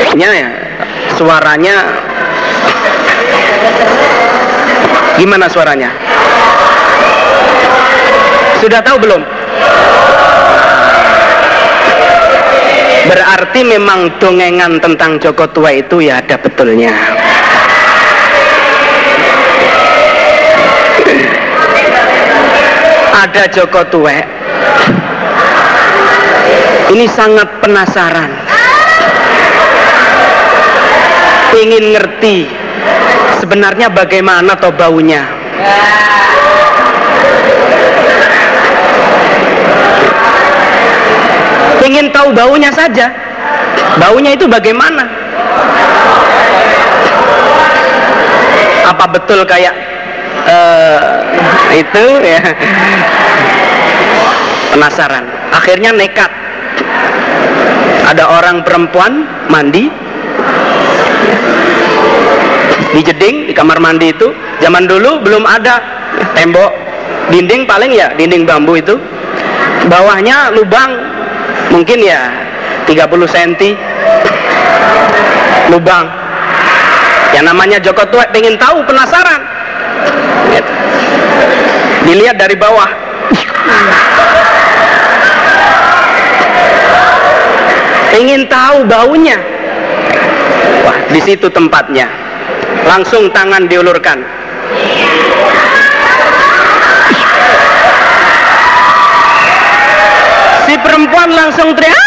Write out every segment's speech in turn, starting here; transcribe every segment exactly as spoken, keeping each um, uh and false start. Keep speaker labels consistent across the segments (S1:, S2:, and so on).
S1: ya, suaranya gimana suaranya? Sudah tahu belum? Berarti memang dongengan tentang Joko Tua itu ya ada betulnya. Ada Joko Tua ini sangat penasaran, ingin ngerti sebenarnya bagaimana toh baunya. Ingin tahu baunya saja, baunya itu bagaimana? Apa betul kayak uh, itu ya? Penasaran. Akhirnya nekat. Ada orang perempuan mandi di jeding di kamar mandi itu. Zaman dulu belum ada tembok, dinding paling ya dinding bambu itu. Bawahnya lubang mungkin ya tiga puluh sentimeter lubang. Yang namanya Joko Tua pengen tahu, penasaran. Dilihat dari bawah. Ingin tahu baunya. Wah, di situ tempatnya. Langsung tangan diulurkan. Si perempuan langsung teriak.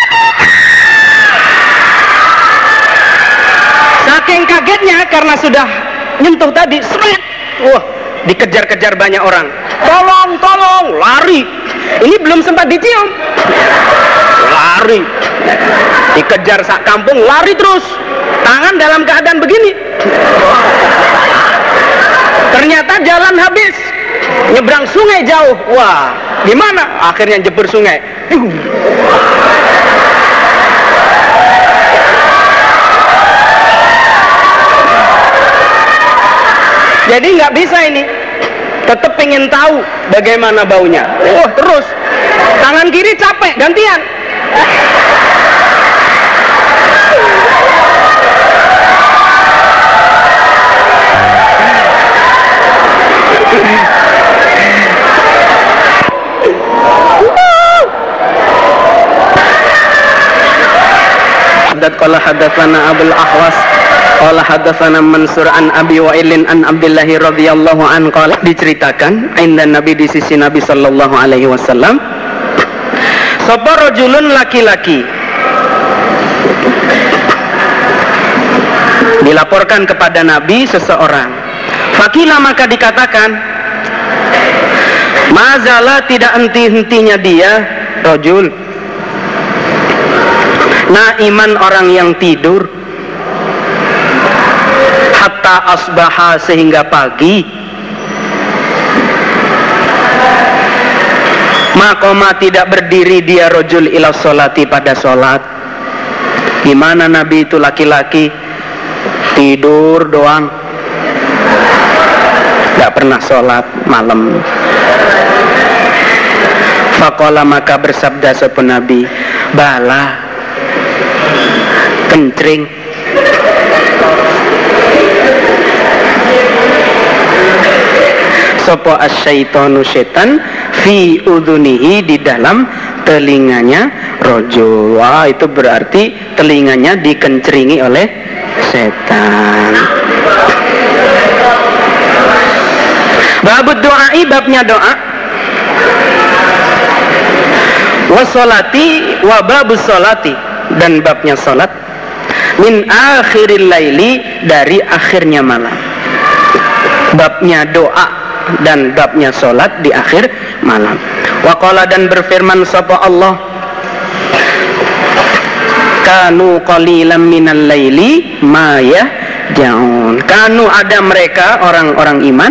S1: Saking kagetnya karena sudah nyentuh tadi, seret. Wah, dikejar-kejar banyak orang. Tolong, tolong, lari. Ini belum sempat dicium. Lari. Dikejar sak kampung, lari terus. Tangan dalam keadaan begini. Ternyata jalan habis. Nyebrang sungai jauh. Wah, gimana? Akhirnya jebur sungai. Jadi nggak bisa ini. Tetap pengen tahu bagaimana baunya. Wah, terus tangan kiri capek, gantian. Qala hadatsana Abul Ahwas qala hadatsana Mansur an Abi Wa'ilin an Abdullah radhiyallahu an qala, diceritakan inda Nabi di sisi Nabi sallallahu alaihi wasallam, sapa rajulun laki-laki dilaporkan kepada Nabi seseorang. Fakila maka dikatakan, mazala tidak henti-hentinya dia rajul, naiman orang yang tidur, hatta asbaha sehingga pagi, makoma tidak berdiri dia rajul ila sholati pada sholat. Gimana Nabi itu laki-laki tidur doang, gak pernah sholat malam. Faqala maka bersabda sapa Nabi, bala kencring. Sapa asyaitonu setan fi udhunihi di dalam telinganya rajul. Wah, itu berarti telinganya dikencringi oleh setan. Babud doa, babnya doa. Wasolati wa babus solati, dan babnya solat. Min akhiril laili, dari akhirnya malam. Babnya doa dan babnya solat di akhir malam. Wa qala, dan berfirman sapa Allah, kanu qalilan minal laili ma yahjaun. Kanu, ada mereka orang-orang iman,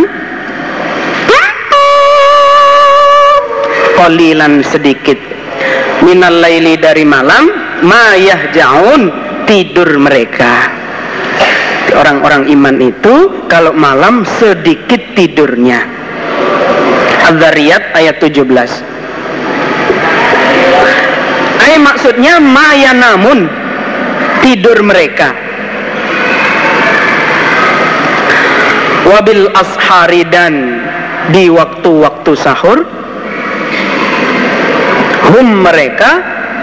S1: qalilan sedikit, minal laili dari malam, ma yahjaun tidur mereka. Orang-orang iman itu kalau malam sedikit tidurnya. Az-Zariyat ayat tujuh belas. Ay, maksudnya ma yanamun, tidur mereka. Wabil ashari, dan di waktu-waktu sahur, hum mereka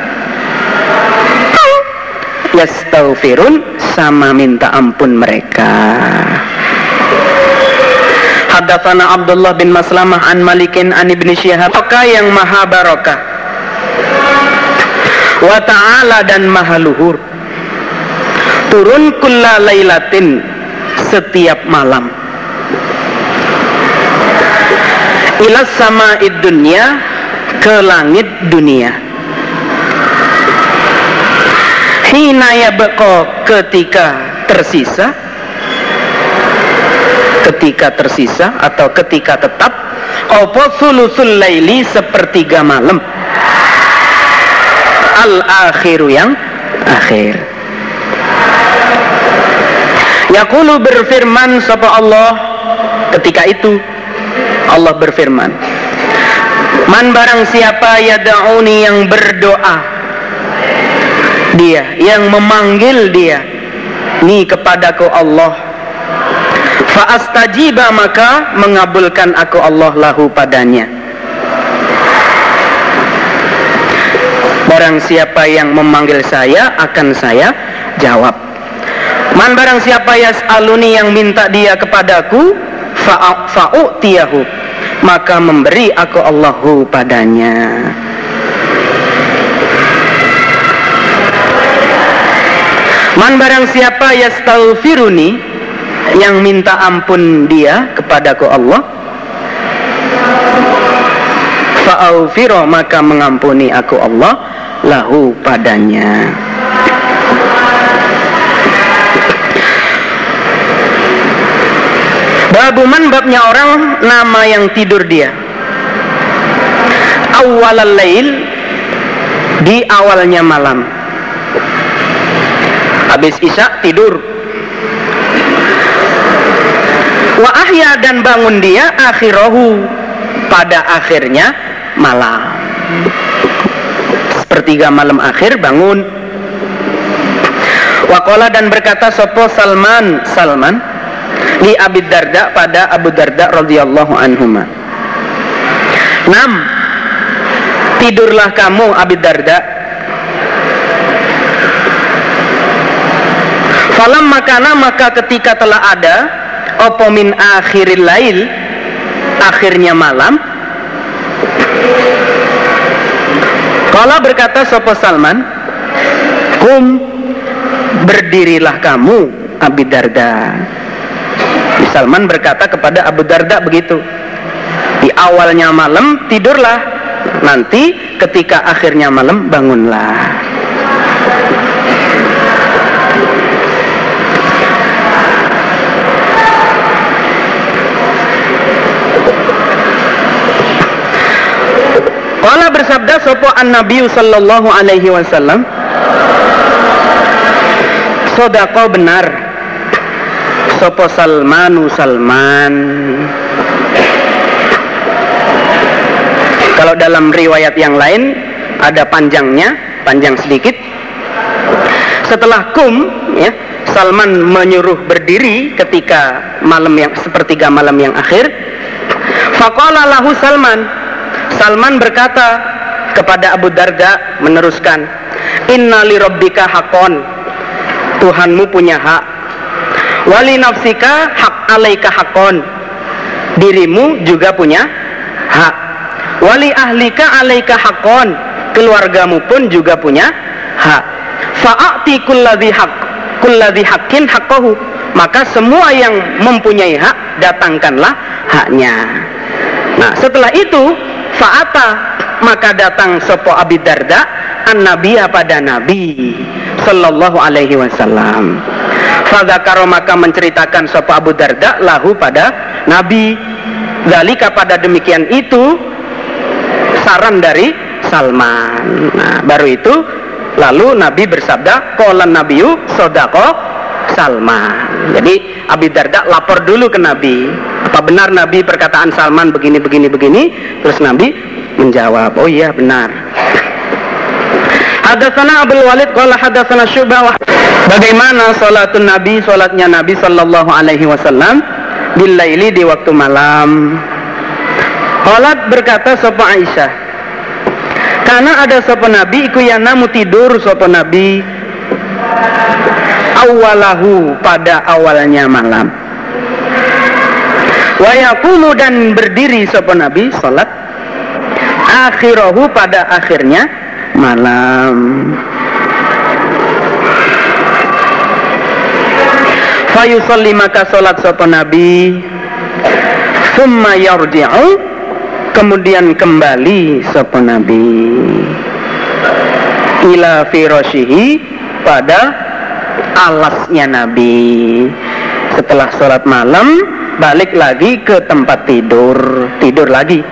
S1: yastaghfirun, sama minta ampun mereka. Hadatsana Abdullah bin Maslamah an Malikin an Ibnu Syihab, maka yang maha barokah, wa ta'ala, dan maha luhur, turun kulla lailatin, setiap malam, ilas sama'id dunya, ke langit dunia, hina yabqa, ketika tersisa, ketika tersisa atau ketika tetap, apa sulusul laili, sepertiga malam, al akhiru, yang akhir. Yaqulu, berfirman sapa Allah ketika itu, Allah berfirman, man barang siapa yad'uni, yang berdoa dia, yang memanggil dia, ni kepadaku Allah, fa astajiba, maka mengabulkan aku Allah lahu padanya. Barang siapa yang memanggil saya, akan saya jawab. Man barang siapa yas'aluni, yang minta dia kepadaku, fa fa'utiyahu, maka memberi aku Allahu padanya. Man barang siapa yastaghfiruni, yang minta ampun dia kepadaku Allah, fa'aghfira, maka mengampuni aku Allah lahu padanya. Babuman, babnya orang nama yang tidur dia awalal lail, di awalnya malam, habis isya tidur. Wa ahya, dan bangun dia akhirahu, pada akhirnya malam, sepertiga malam akhir bangun. Wa qala, dan berkata sopo Salman Salman li Abi Darda, pada Abu Darda radhiyallahu anhuma, nam, tidurlah kamu Abi Darda. Falam makana, maka ketika telah ada, opo min akhiril lail, akhirnya malam, kala berkata sopo Salman, kum, berdirilah kamu Abi Darda. Salman berkata kepada Abu Darda begitu, di awalnya malam tidurlah, nanti ketika akhirnya malam bangunlah. Qala, bersabda sopo an-Nabi sallallahu alaihi wasallam, sodaqo, benar sopo Salmanu Salman. Kalau dalam riwayat yang lain ada panjangnya, panjang sedikit. Setelah kum, ya, Salman menyuruh berdiri ketika malam yang sepertiga malam yang akhir. Faqala lahu Salman, Salman berkata kepada Abu Darda, meneruskan, inna li rabbika haqqon, Tuhanmu punya hak. Wali nafsika hak alaika haqqon, dirimu juga punya hak. Wali ahlika alaika haqqon, keluargamu pun juga punya hak. Fa'ati kulladhi haq, kulladhi haqqin haqqahu, maka semua yang mempunyai hak datangkanlah haknya. Nah, setelah itu fa'ata, maka datang sopo Abi Darda an-Nabiya, pada Nabi sallallahu alaihi wasallam. Fadzakaro, maka menceritakan sopo Abu Darda lahu pada Nabi, dzalika, pada demikian itu saran dari Salman. Nah, baru itu lalu Nabi bersabda, qala nabiyyu sodaqo Salman. Jadi Abi Darda lapor dulu ke Nabi, apa benar Nabi perkataan Salman begini begini begini. Terus Nabi menjawab, oh iya benar. Hadatsana Abdul Walid qala hadatsana Syu'bah. Bagaimana salatun Nabi, salatnya Nabi sallallahu alaihi wasallam bil laili di waktu malam. Qalat berkata sapa Aisyah, karena ada sapa Nabi iku yanamu tidur sapa Nabi awalahu pada awalnya malam. Wa yaqumu dan berdiri sapa Nabi salat akhirahu pada akhirnya malam. Fayusalli maka salat sapa Nabi, thumma yarji'u kemudian kembali sapa Nabi ila firashihi pada alasnya Nabi. Setelah sholat malam balik lagi ke tempat tidur, tidur lagi.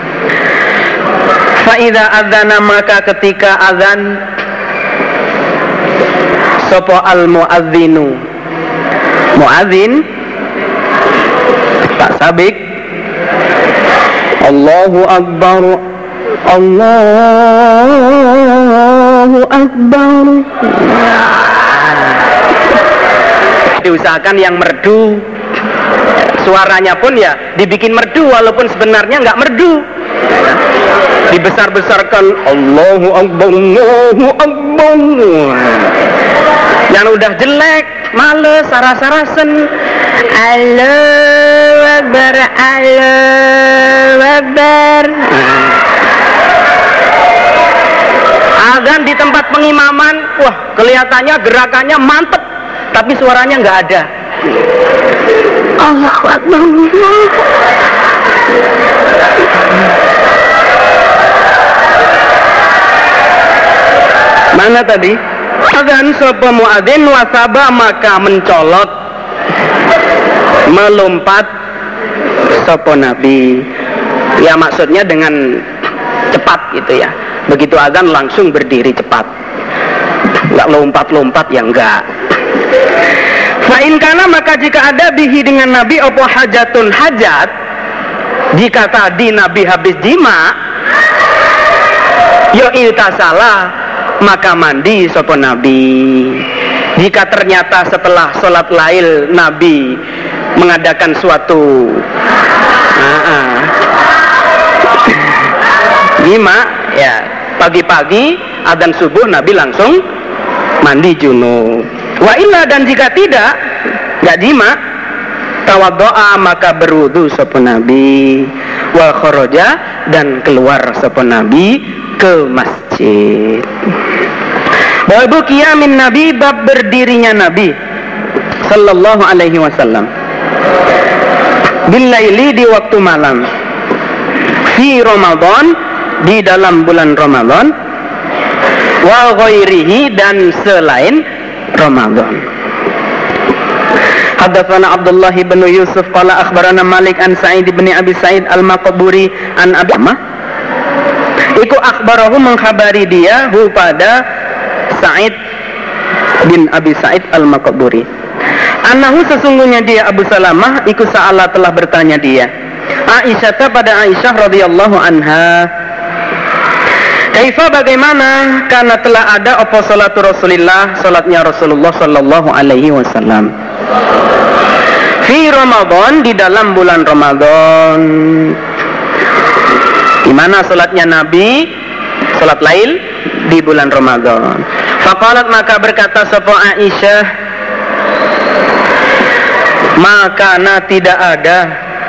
S1: Fa'idha adzana maka ketika azan sapa al muadzinu, muadzin tak sabik, Allahu Akbar, Allahu Akbar. Diusahakan yang merdu, suaranya pun ya dibikin merdu walaupun sebenarnya nggak merdu. Dibesar-besarkan Allahu Akbar, Allahu Akbar. Yang udah jelek, males, saras-sarasen, Allahu Akbar, Allahu Akbar. Azan di tempat pengimaman, wah kelihatannya gerakannya mantep, tapi suaranya nggak ada. Allahu Akbar. Mana tadi? Azan sapa muadzin wasaba maka mencolot, melompat sapa Nabi. Ya maksudnya dengan cepat gitu ya. Begitu azan langsung berdiri cepat, nggak lompat-lompat ya enggak. Fa'in kana maka jika ada bihi dengan Nabi opo hajatun hajat, jika tadi Nabi habis jima, yo iltasalah maka mandi sapa Nabi. Jika ternyata setelah sholat lail Nabi mengadakan suatu nah, jima ya, pagi-pagi adzan subuh Nabi langsung mandi junub. Wa illa dan jika tidak nggak jima, tawaddoa maka berwudu sapa Nabi, wa kharaja dan keluar sapa Nabi ke masjid. Babu qiyamin Nabi, bab berdirinya Nabi sallallahu alaihi wasallam bil laili di waktu malam, fi Ramadan di dalam bulan Ramadan, wa ghairihi dan selain Ramadan. Hadatsana Abdullah bin Yusuf qala akhbarana Malik an Sa'id bin Abi Sa'id al-Maqburi an Abi Amah. Iku akhbarahu mengkhabari dia hu pada Sa'id bin Abi Sa'id al-Maqburi. Annahu sesungguhnya dia Abu Salamah iku sa'ala telah bertanya dia Aisyah pada Aisyah radhiyallahu anha, kaifa bagaimana karena telah ada apa salatu Rasulillah, salatnya Rasulullah sallallahu alaihi wasallam fi Ramadan di dalam bulan Ramadan. Di mana salatnya Nabi salat lail di bulan Ramadan. Faqalat maka berkata sapa Aisyah, maka na tidak ada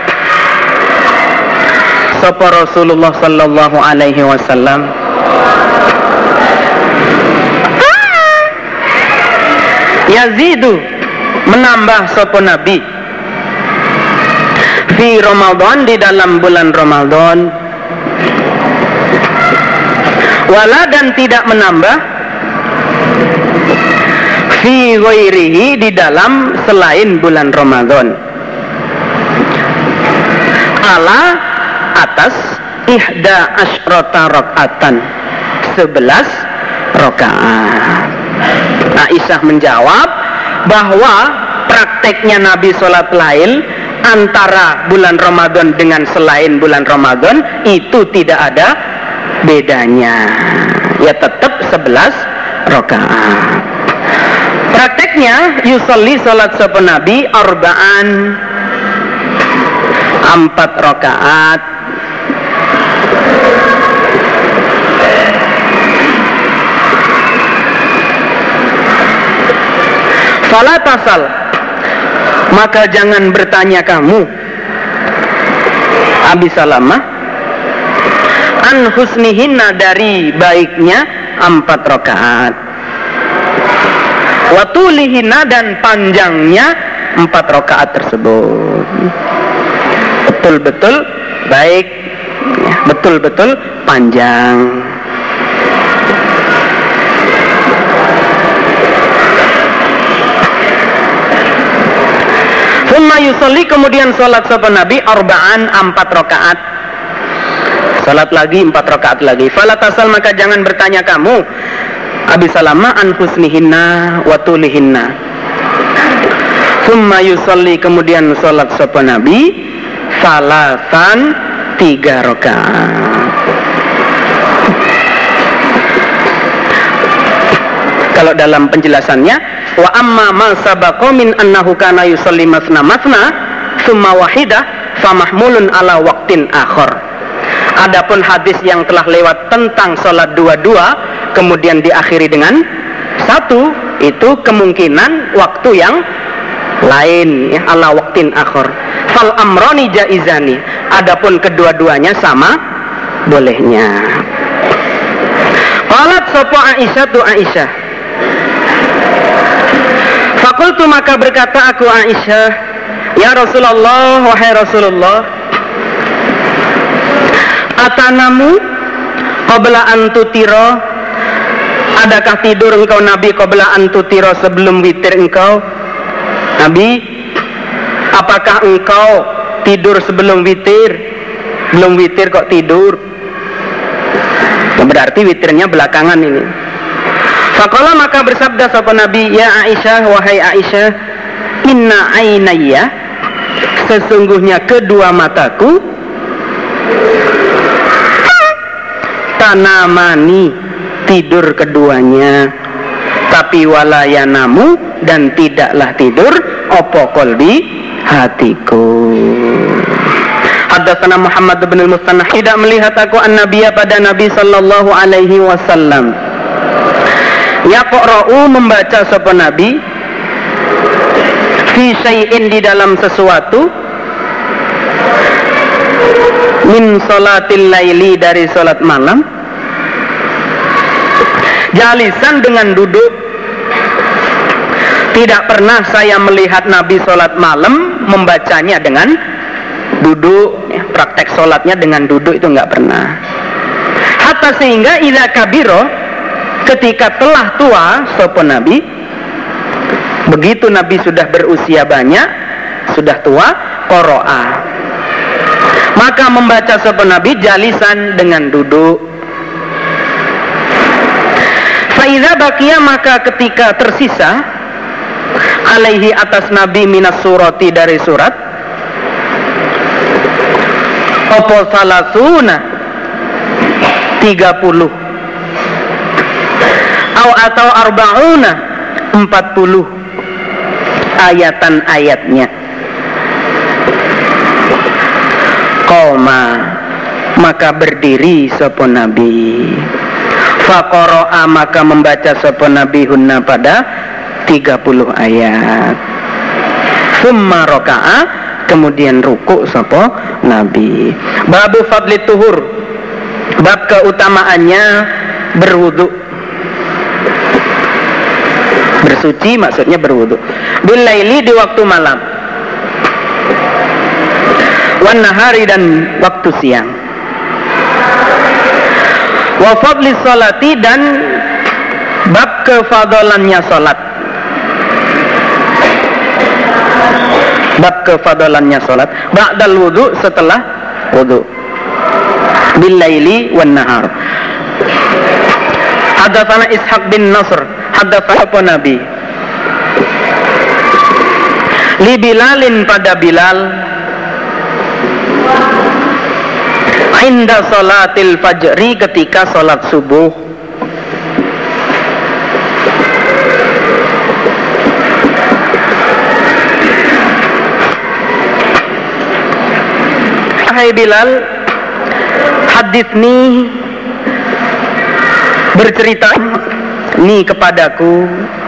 S1: sapa Rasulullah sallallahu alaihi wasallam yazidu menambah sapa Nabi fi Ramadan di dalam bulan Ramadan, wala dan tidak menambah fi ghairihi di dalam selain bulan Ramadan, ala atas ihda asyrata rakaatan sebelas rakaat. Aisyah menjawab bahwa prakteknya Nabi sholat lail antara bulan Ramadan dengan selain bulan Ramadan itu tidak ada bedanya. ya tetap sebelas rakaat. Prakteknya yusolli salat sapa Nabi arba'an empat rakaat. Fala tasal, maka jangan bertanya kamu Abi Salamah an husnihinna, dari baiknya empat rakaat, wa tulihina, dan panjangnya empat rakaat tersebut. Betul-betul baik, betul-betul panjang. Summa yusolli, kemudian sholat sapa Nabi arba'an empat rakaat. Sholat lagi empat rakaat lagi. Fala tasal, maka jangan bertanya kamu Abi Salamah an husnihinna wa tulihinna. Summa yusolli, kemudian sholat sapa Nabi salasan tiga rakaat. Kalau dalam penjelasannya, wa amma ma sabaqa min annahu kana yusalli masna masna summa wahidah fa mahmulun ala waqtin akhar. Adapun hadis yang telah lewat tentang sholat dua-dua kemudian diakhiri dengan satu, itu kemungkinan waktu yang lain, ya, ala waqtin akhar. Fal amroni jaizani, adapun kedua-duanya sama bolehnya. Qalat sapa Aisyah tu Aisyah, fakultu, maka berkata aku Aisyah, ya Rasulullah, wahai Rasulullah, atanamu qabla an tutira, adakah tidur engkau Nabi qabla an tutira, sebelum witir engkau Nabi? Apakah engkau tidur sebelum witir? Belum witir kok tidur? Berarti witirnya belakangan ini. Faqala, maka bersabda sapa Nabi, ya Aisyah, wahai Aisyah, inna ainayya, sesungguhnya kedua mataku, tanamani, tidur keduanya, tapi walayanamu, dan tidaklah tidur opo kolbi, hatiku. Haddatsana Muhammad bin al-Mustannah, tidak melihat aku an-Nabiya, pada Nabi sallallahu alaihi wasallam, yaqra'u, membaca sapa Nabi, fi syai'in, di dalam sesuatu, min salatil laili, dari salat malam, jalisan, dengan duduk. Tidak pernah saya melihat Nabi salat malam membacanya dengan duduk, ya, praktek salatnya dengan duduk itu enggak pernah. Hatta sehingga idza kabiro, ketika telah tua sapa Nabi, begitu Nabi sudah berusia banyak, sudah tua, qara'a, maka membaca sapa Nabi jalisan, dengan duduk. Fa idza baqiya, maka ketika tersisa, alaihi, atas Nabi, minas surati, dari surat, opo salasuna, tiga puluh, atau arba'una, empat puluh ayatan ayatnya. Qoma, maka berdiri sapa Nabi, faqara'a, maka membaca sapa Nabi hunna, pada tiga puluh ayat. Summa raka'a, kemudian ruku sapa Nabi. Babu fadli tuhur, bab keutamaannya berwudu. Bersuci maksudnya berwudu. Bil laili, di waktu malam. Wan nahari, dan waktu siang. Wa fadli salati, dan bab kefadalannya salat. Bab kefadalannya salat. Ba'dal wudu, setelah wudu. Bil laili wan nahar. Hadatsana Ishaq bin Nasr, hadatsana Nabi, li Bilalin, pada Bilal, inda salatil fajri, ketika salat subuh. wahai Bilal, haditsni, bercerita ni kepadaku,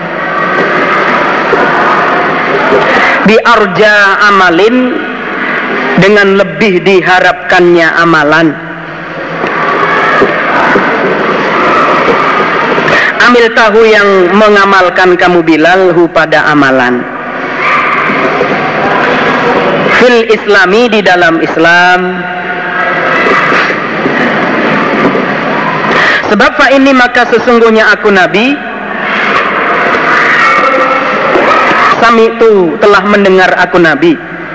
S1: bi arja amalin, dengan lebih diharapkannya amalan. Amil tahu yang mengamalkan kamu Bilal hu pada amalan. Fil islami, di dalam Islam. Sebab fa ini, maka sesungguhnya aku Nabi, sami itu telah mendengar aku Nabi.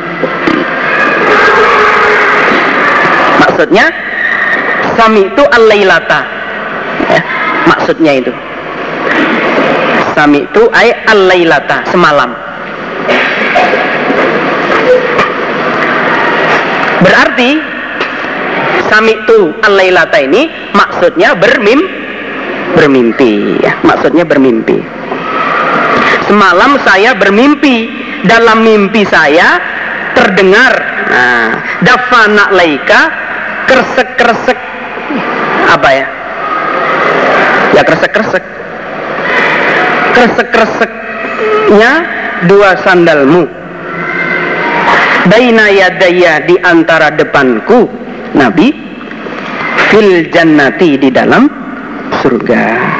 S1: Maksudnya sami itu al-lailata, ya, maksudnya itu sami itu ay al-lailata, semalam. Berarti sami itu al-lailata ini maksudnya bermim bermimpi, ya, maksudnya bermimpi. Semalam saya bermimpi, dalam mimpi saya terdengar, nah, dafana laika, kresek-kresek, apa ya? Ya kresek-kresek. Kresek-kreseknya dua sandalmu. Baina yadaya, di antara depanku, Nabi, fil jannati, di dalam surga.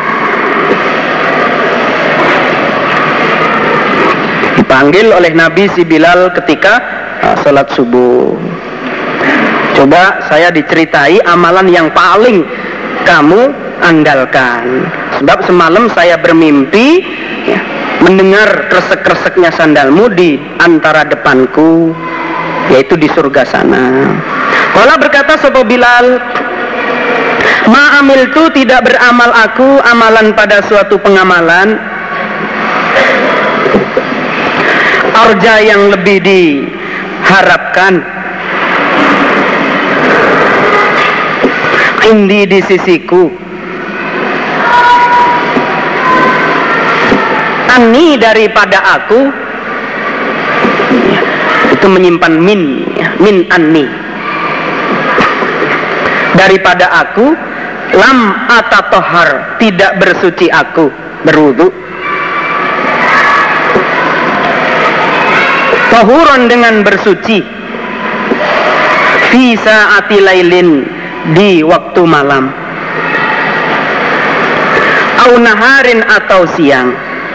S1: Dipanggil oleh Nabi si Bilal ketika uh, sholat subuh. Coba saya diceritai amalan yang paling kamu andalkan. Sebab semalam saya bermimpi, ya, mendengar kresek-kreseknya sandalmu di antara depanku, yaitu di surga sana. Kala berkata sapa Bilal, ma amiltu, tidak beramal aku amalan pada suatu pengamalan, arja yang lebih diharapkan, indi, di sisiku, ani, daripada aku, itu menyimpan min, min anni, daripada aku, lam atatohar, tidak bersuci aku, berwudu, tahuron, dengan bersuci, fi saati lailin, di waktu malam, au naharin, atau siang,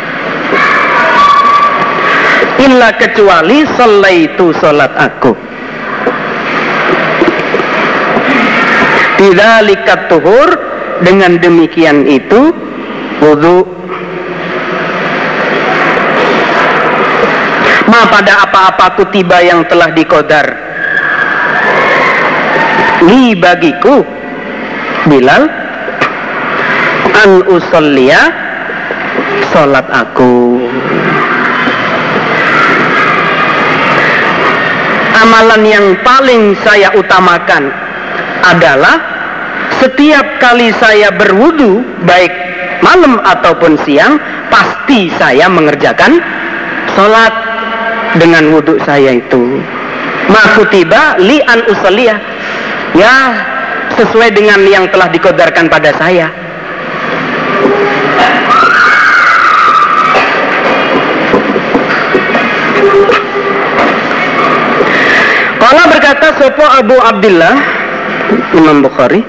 S1: illa, kecuali sholaitu, sholat aku, bidzalika tuhur, dengan demikian itu wudu, ma, pada apa-apa kutiba yang telah dikodar, li, bagiku Bilal, an usolliya, sholat aku. Amalan yang paling saya utamakan adalah setiap kali saya berwudu, baik malam ataupun siang, pasti saya mengerjakan sholat dengan wudu saya itu. Makutiba li an usolliya, ya, sesuai dengan yang telah dikodarkan pada saya. Kala berkata sopo Abu Abdullah, Imam Bukhari,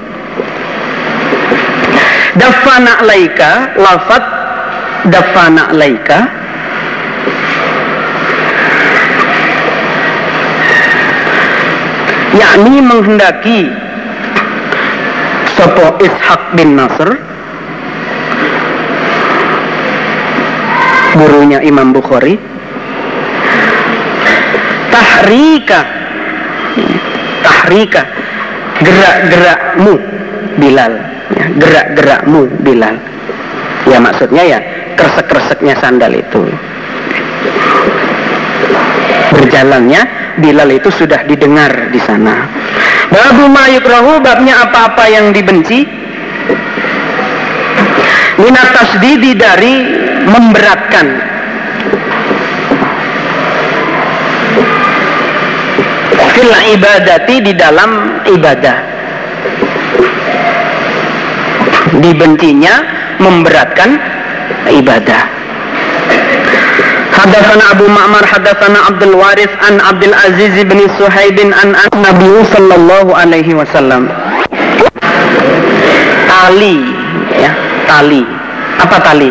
S1: dafana laika, lafat dafana laika, yakni menghendaki sopo Ishaq bin Nasr, gurunya Imam Bukhari, tahrika, tahrika, gerak-gerakmu Bilal, ya, gerak-gerakmu Bilal, ya, maksudnya ya kresek-kreseknya sandal itu, berjalannya Bilal itu sudah didengar di sana. Babu ma yukrahu, babnya apa-apa yang dibenci, minat tasdidi, dari memberatkan, fil ibadati, di dalam ibadah. Dibencinya memberatkan ibadah. Hadatsana Abu Ma'mar hadatsana Abdul Waris an Abdul Aziz bin Suhaib an Nabi sallallahu alaihi wasallam. Tali, ya, tali. Apa tali?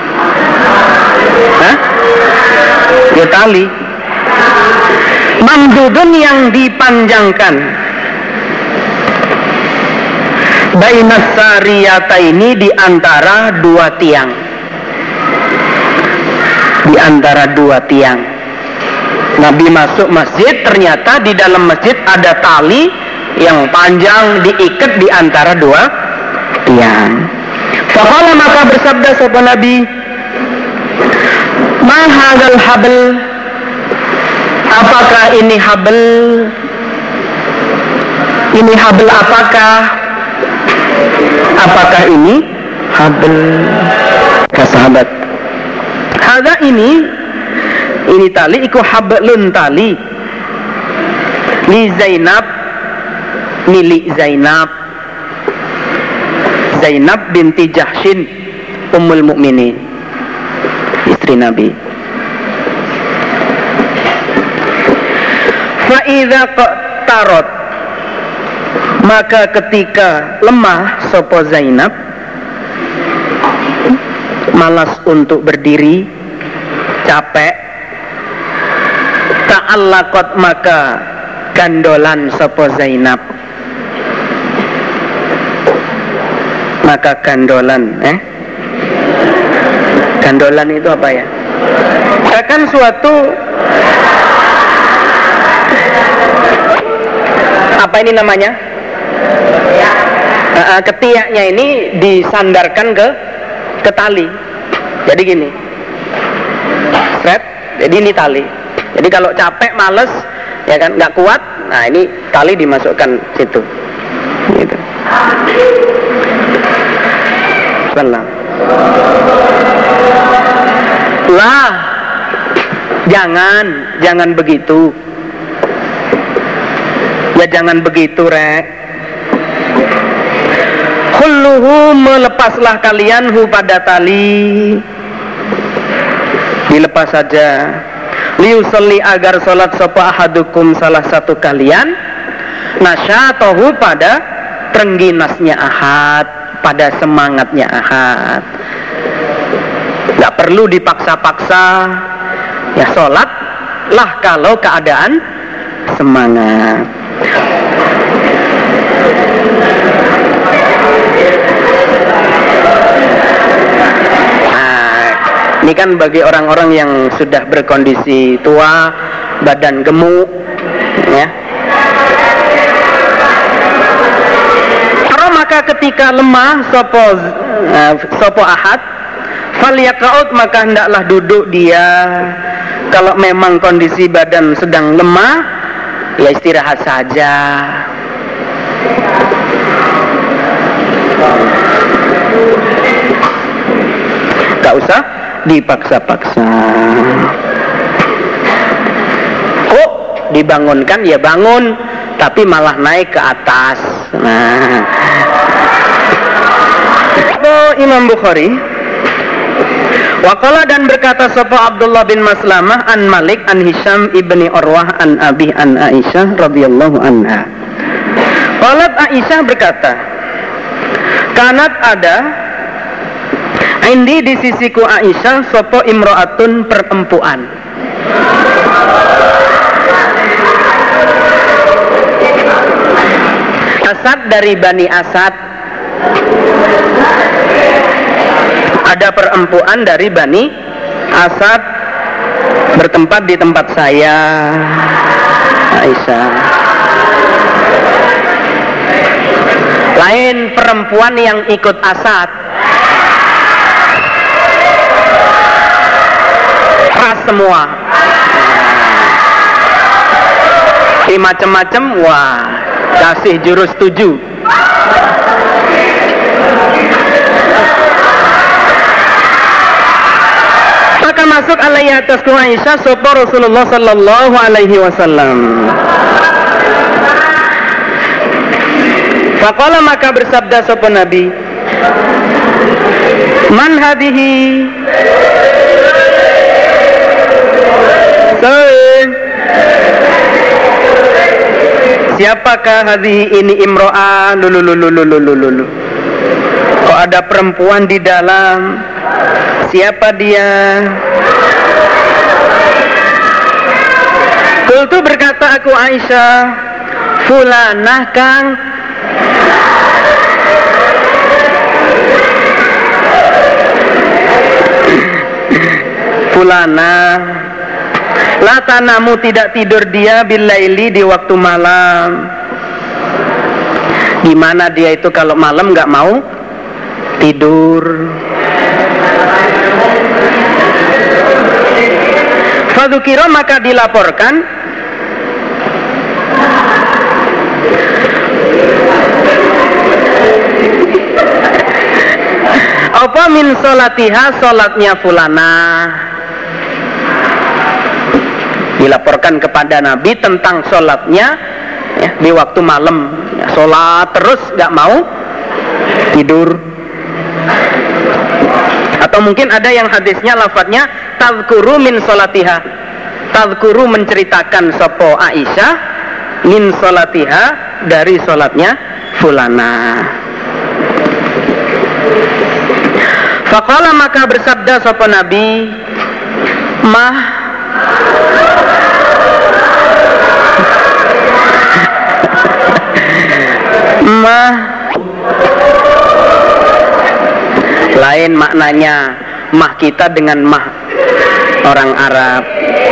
S1: Hah? Ya, tali. Mamdudun, yang dipanjangkan. Bainas sariyataini, di antara dua tiang. Di antara dua tiang. Nabi masuk masjid, ternyata di dalam masjid ada tali yang panjang diikat di antara dua tiang. Faqala, maka bersabda sapa Nabi, ma hadzal habl, apakah ini habl? Ini habl apakah? Apakah ini habl? Kata sahabat, hadza, ini ini tali, iku hablun, tali li Zainab, milik Zainab, Zainab binti Jahshin ummul mukminin, istri Nabi. Fa idza qatarat, maka ketika lemah sapa Zainab, malas untuk berdiri, capek, ta'allaqat, maka gandolan sapa Zainab. Maka gandolan, eh? Gandolan itu apa ya? Bahkan suatu, apa ini namanya? Uh, ketiaknya ini disandarkan ke ke tali. Jadi gini, stret. Jadi ini tali. Jadi kalau capek, males, ya kan, nggak kuat, nah ini tali dimasukkan situ. Gitu. Salam. Lah, jangan, jangan begitu. Ya jangan begitu, rek. Khulluhu, melepaslah kalian hu pada tali. Dilepas saja. Liusalli, agar salat sapa ahadukum, salah satu kalian, nasyatahu, pada terengginasnya ahad, pada semangatnya ahad. Gak perlu dipaksa-paksa. Ya sholat lah kalau keadaan semangat. Nah, ini kan bagi orang-orang yang sudah berkondisi tua, badan gemuk, ya. Maka ketika lemah sopo uh, sopo ahad, falyaqaud, maka hendaklah duduk dia. Kalau memang kondisi badan sedang lemah, ya istirahat saja. Gak usah dipaksa-paksa. Oh, dibangunkan ya bangun, tapi malah naik ke atas. Nah, Imam Bukhari waqala, dan berkata sapa Abdullah bin Maslamah an Malik an Hisham ibni Urwah an Abi an Aisyah radhiyallahu anha. Qalat, Aisyah berkata, kanat ada indi, di sisiku Aisyah, sapa imro'atun, perempuan. Asad, dari Bani Asad. Ada perempuan dari Bani Asad bertempat di tempat saya, Aisyah. Lain perempuan yang ikut Asad, ras semua, di macam-macam, wah, kasih jurus tujuh. Maka masuk alaihi atasku Aisyah sapa Rasulullah sallallahu alaihi wasallam. Faqala maka bersabda sapa Nabi, man hadihi, siapakah hadihi ini imro'ah, lulululululululu, kok ada perempuan di dalam, siapa dia? Kultu berkata aku Aisyah, fulanah kang fulanah la tanamu tidak tidur dia bilaili di waktu malam. Gimana dia itu kalau malam nggak mau tidur? Fadzukira maka dilaporkan apa min solatiha, solatnya fulanah. Dilaporkan kepada Nabi tentang solatnya ya, di waktu malam ya, solat terus gak mau tidur. Atau mungkin ada yang hadisnya lafadznya tadhkuru min solatiha, tadhkuru menceritakan sopo Aisyah min solatiha dari solatnya fulanah. Faqala maka bersabda sopo Nabi, mah mah lain maknanya mah kita dengan mah orang Arab.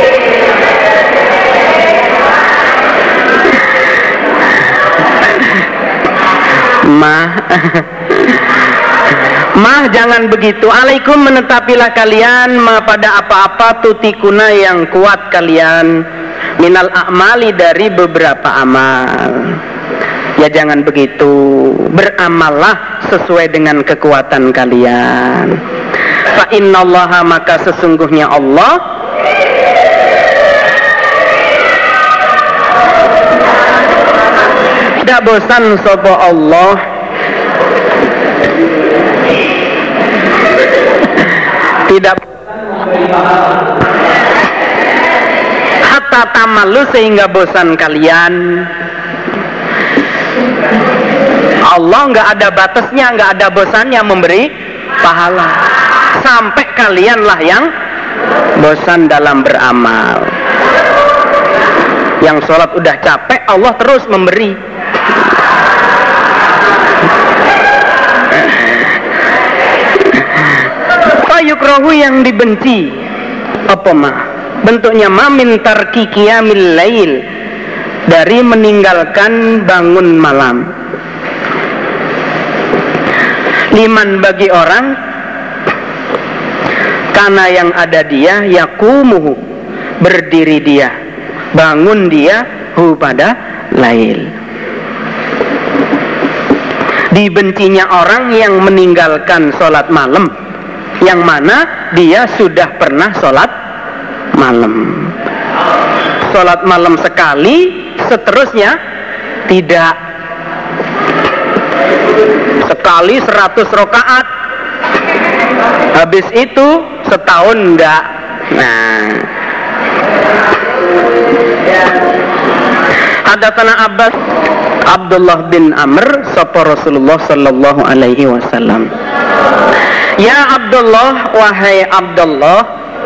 S1: Mah Mah jangan begitu, alaikum menetapilah kalian ma pada apa-apa tutikuna yang kuat kalian minal a'mali dari beberapa amal. Ya jangan begitu, beramallah sesuai dengan kekuatan kalian. Fa innallaha maka sesungguhnya Allah tidak bosan sapa Allah tidak hatta tamalu sehingga bosan kalian. Allah nggak ada batasnya, nggak ada bosannya memberi pahala sampai kalianlah yang bosan dalam beramal. Yang sholat udah capek, Allah terus memberi. Yukrohu yang dibenci apa mah bentuknya ma min tarki qiyamil lail dari meninggalkan bangun malam. Liman bagi orang karena yang ada dia yaqumuhu berdiri dia bangun dia hu pada lail. Dibencinya orang yang meninggalkan sholat malam yang mana dia sudah pernah sholat malam. Sholat malam sekali, seterusnya tidak. Sekali seratus rakaat, habis itu setahun enggak. Nah, hadatsana Abbas Abdullah bin Amr sapa Rasulullah sallallahu alaihi wasallam. Ya Abdullah, wahai Abdullah,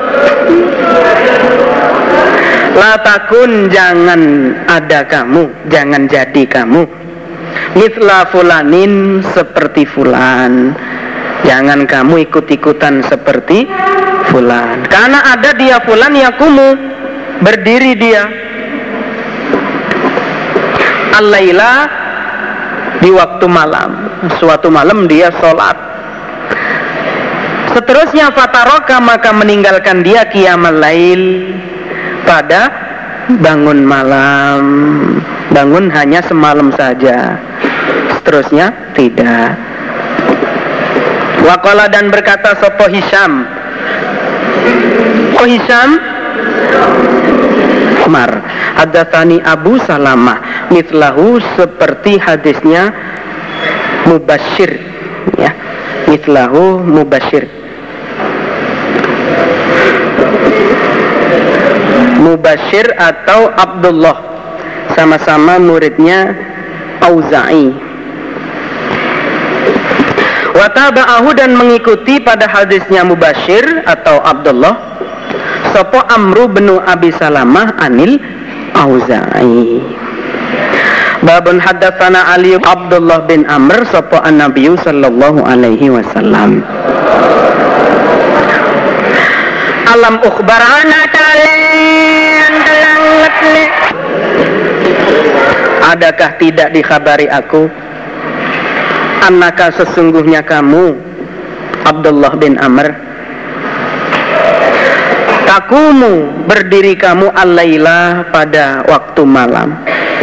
S1: la takun jangan ada kamu, jangan jadi kamu mithla fulanin seperti fulan. Jangan kamu ikut-ikutan seperti fulan. Karena ada dia fulan yakumu berdiri dia al-laila di waktu malam. Suatu malam dia sholat. Seterusnya fataroka maka meninggalkan dia qiyamal lail pada bangun malam. Bangun hanya semalam saja. Seterusnya tidak. Waqala dan berkata sapa Hisham. Oh Hisham Umar hadatsani Abu Salamah mitlahu seperti hadisnya Mubasyir, ya, mithlahu mubasyir. Mubasyir atau Abdullah, sama-sama muridnya Auza'i. Wa taba'ahu, dan mengikuti pada hadisnya Mubasyir atau Abdullah sapa Amru bin Abi Salamah anil Auza'i. Babun haddatsana Ali Abdullah bin Amr sapa an-Nabiy sallallahu alaihi wasallam. Alam ukhbarana talen telanget le. Adakah tidak dikhabari aku, annaka sesungguhnya kamu Abdullah bin Amr, takumu berdiri kamu al-laila pada waktu malam.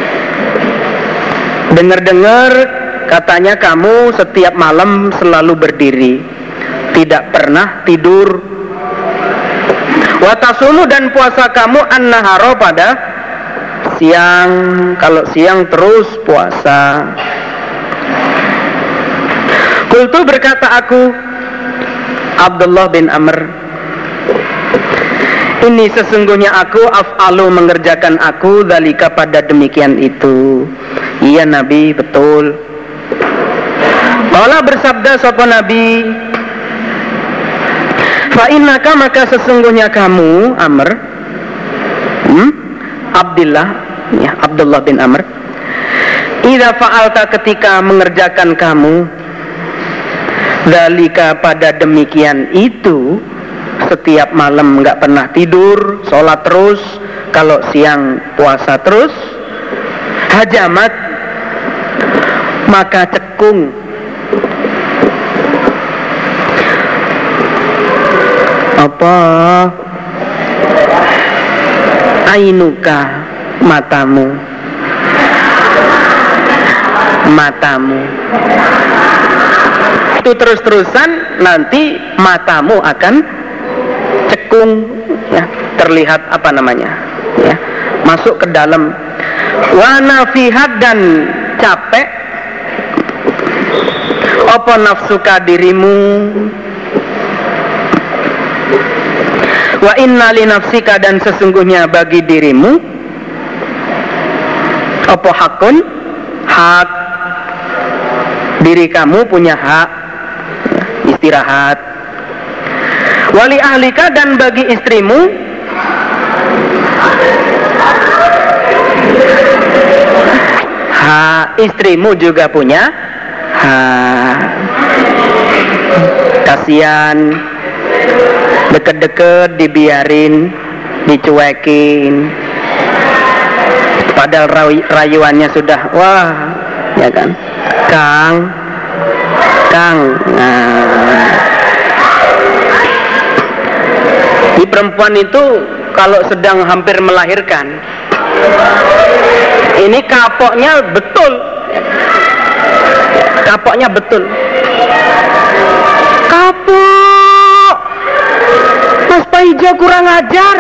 S1: Dengar-dengar katanya kamu setiap malam selalu berdiri, tidak pernah tidur. Wa tasumu, dan puasa kamu an-nahara pada siang, kalau siang terus puasa. Qultu, berkata aku Abdullah bin Amr, ini sesungguhnya aku af'alu mengerjakan aku dzalika pada demikian itu. Iya Nabi, betul. Qala, bersabda sapa Nabi, fa innaka, maka sesungguhnya kamu Amr, hmm? Abdullah, ya, Abdullah bin Amr, idza fa'alta, ketika mengerjakan kamu, dzalika pada demikian itu, setiap malam enggak pernah tidur, sholat terus, kalau siang puasa terus, hajamat, maka cekung apa ainuka, matamu matamu itu terus-terusan nanti matamu akan cekung, ya, terlihat apa namanya, ya, masuk ke dalam. Wa nafihat, dan capek apa nafsuka, dirimu. Wa inna li nafsika, dan sesungguhnya bagi dirimu apa hakun, hak, diri kamu punya hak istirahat. Wali ahlika, dan bagi istrimu hak, istrimu juga punya hak. Kasihan deket-deket dibiarin, dicuekin, padahal rayuannya sudah wah, ya kan, Kang Kang nah. Di perempuan itu kalau sedang hampir melahirkan, ini kapoknya betul, kapoknya betul, kapok Mas Paijo kurang ajar.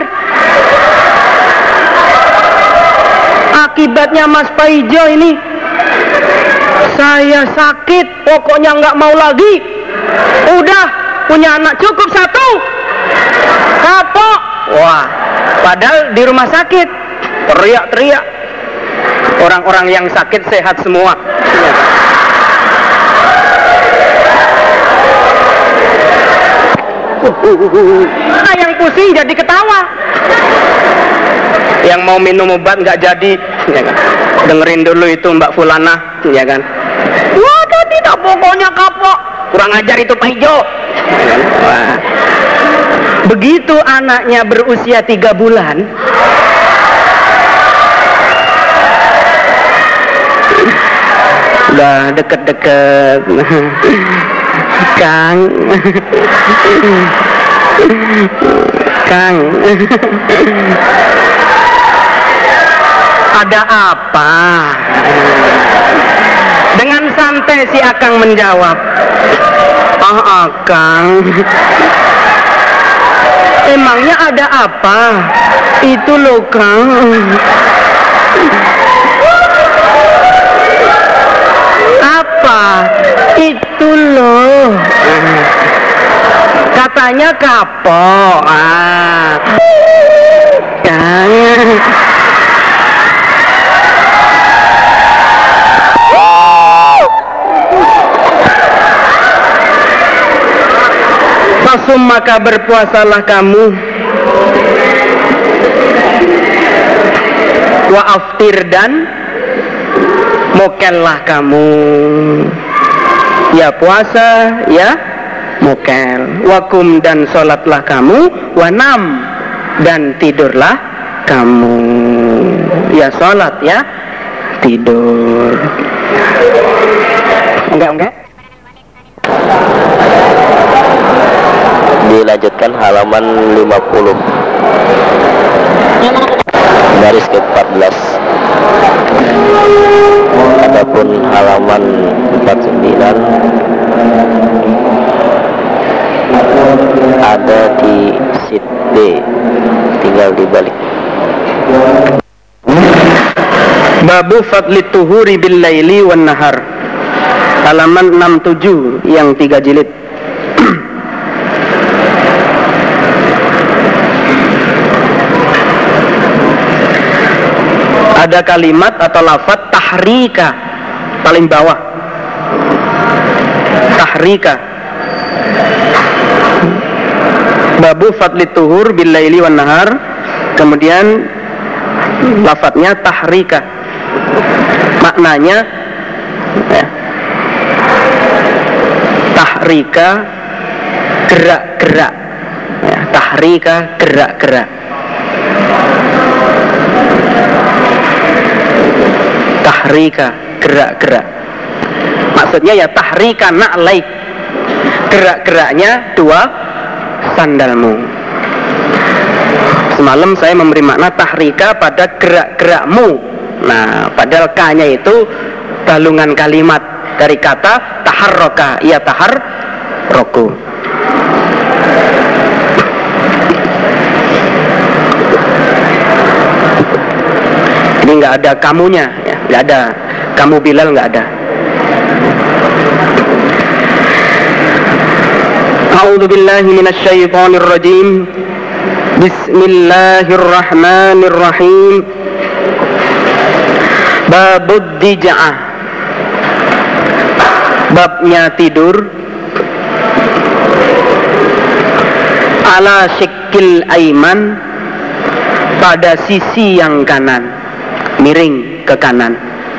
S1: Akibatnya Mas Paijo ini, saya sakit, pokoknya nggak mau lagi, udah punya anak cukup satu, kapok. Wah, padahal di rumah sakit teriak-teriak, orang-orang yang sakit sehat semua. Nah, yang pusing jadi ketawa, yang mau minum obat nggak jadi, ya kan? Dengerin dulu itu Mbak Fulana, ya kan? Wah, tadi tak pokoknya kapok, kurang ajar itu Pak Ijo. Wah. Begitu anaknya berusia tiga bulan, udah deket-deket, Kang, Kang, ada apa? Dengan santai si Akang menjawab, ah Akang, emangnya ada apa? Itu loh Kang, apa? Itu loh. Katanya kapok. Ah. Jangan. Fasum maka berpuasalah kamu, wa aftir dan mokellah kamu. Ya puasa, ya mokel. Wakum dan sholatlah kamu, wanam dan tidurlah kamu. Ya sholat, ya tidur. Enggak enggak.
S2: Dilanjutkan halaman lima puluh garis ke empat belas. Adapun halaman empat puluh sembilan ada di sheet B, tinggal dibalik.
S1: Babu fadli tuhuri bil laili wan nahar, halaman enam puluh tujuh yang tiga jilid. Ada kalimat atau lafaz tahrika paling bawah. Tahrika. Babu fadli tuhur bil laili wan nahar. Kemudian lafaznya tahrika. Maknanya ya, tahrika gerak-gerak. Ya, tahrika gerak-gerak. Tahrika gerak-gerak. Maksudnya ya tahrika na'laik, gerak-geraknya dua sandalmu. Semalam saya memberi makna tahrika pada gerak-gerakmu. Nah, padahal ka-nya itu balungan kalimat dari kata taharroka, ya taharroku. Ini nggak ada kamunya, ya, nggak ada. Kamu Bilal nggak ada. A'udzu billahi minasy syaithanir rajim. Bismillahirrahmanirrahim. Babud dija'ah. Babnya tidur. Ala syikil aiman, pada sisi yang kanan, miring ke kanan.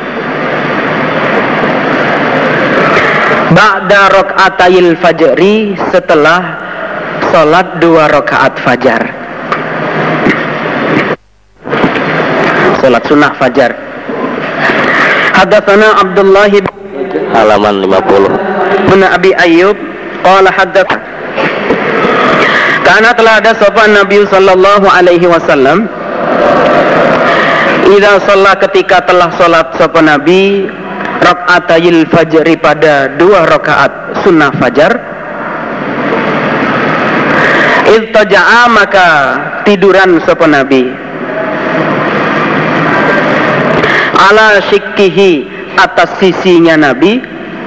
S1: Ba'da rakaatayil fajri, setelah salat dua rakaat fajar. Salat sunnah fajar. Hadatsana Abdullah
S2: Halaman lima puluh.
S1: bin Abi Ayyub qala haddatsa. Karena telah ada sopan Nabi sallallahu alaihi wasallam, idza shalla, ketika telah salat sapa Nabi, rakaatayil fajri, pada dua rakaat sunnah fajar, iltaja'a, maka tiduran sapa Nabi, ala syikkihi, atas sisinya Nabi,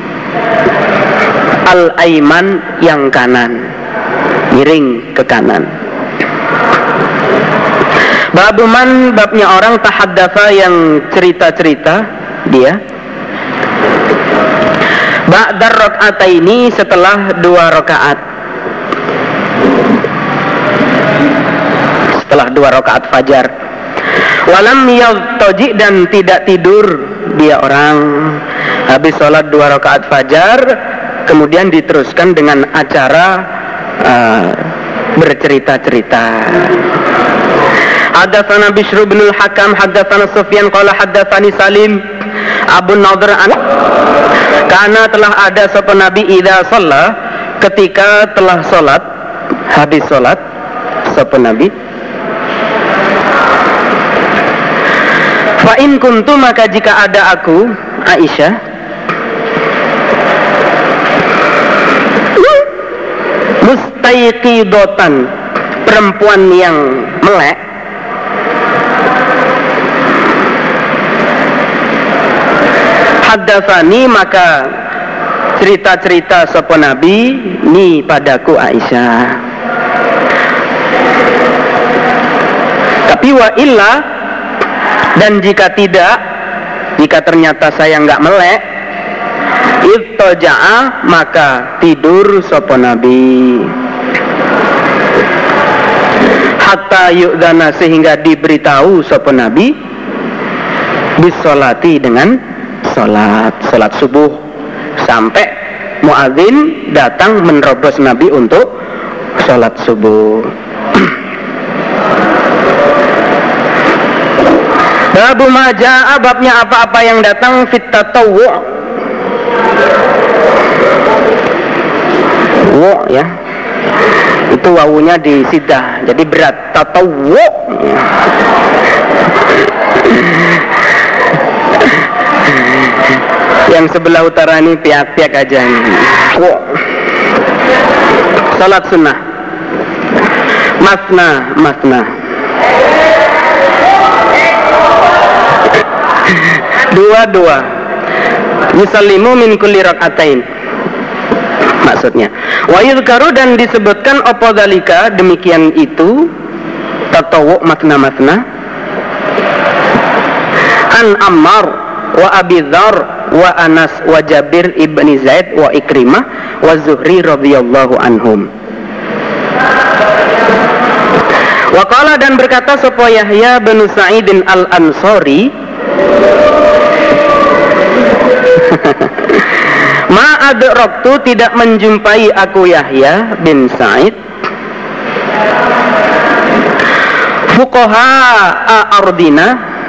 S1: al-aiman, yang kanan, miring ke kanan. Babuman, babnya orang tahaddatsa, yang cerita-cerita dia, ba'dar raka'ataini, setelah dua rakaat, setelah dua rakaat fajar. Walam yaltaji, dan tidak tidur dia orang habis sholat dua rakaat fajar, kemudian diteruskan dengan acara uh, bercerita-cerita. Hadatsana Bishr bin al-Hakam hadatsana Sufyan qala hadatsani Salim Abu Nadhr an, karena telah ada sapa Nabi idza shalla, ketika telah salat, habis salat sapa Nabi, fa in kuntu, maka jika ada aku Aisyah, mustaiqidatan, perempuan yang melek, haddatsani, maka cerita-cerita sapa Nabi ni padaku Aisyah. Tapi wa illa, dan jika tidak, jika ternyata saya nggak melek, ittaja'a, maka tidur sapa Nabi. Hatta yu'dana, sehingga diberitahu sapa Nabi bisolati, dengan salat salat subuh, sampai muadzin datang menerobos Nabi untuk salat subuh. Babu majaa, babnya apa-apa yang datang fit tatawwu'. Wu ya, itu wawunya di sidah, jadi berat. Tatawwu'. Yang sebelah utara ini piak-piak aja ini. Wu. Salat sunnah. Masna, masna. Dua-dua. Yusallimu min kulli rak'atain. Maksudnya, wa yudhkaru, dan disebutkan apa dzalika, demikian itu tatawwu' matna-matna, an Ammar wa Abi Dzar wa Anas wa Jabir ibni Zaid wa Ikrimah wa Zuhri radhiyallahu anhum. Wa qala, dan berkata sapa Yahya bin Sa'id al-Ansari, ma adraktu, tidak menjumpai aku Yahya bin Sa'id fuqaha ardina,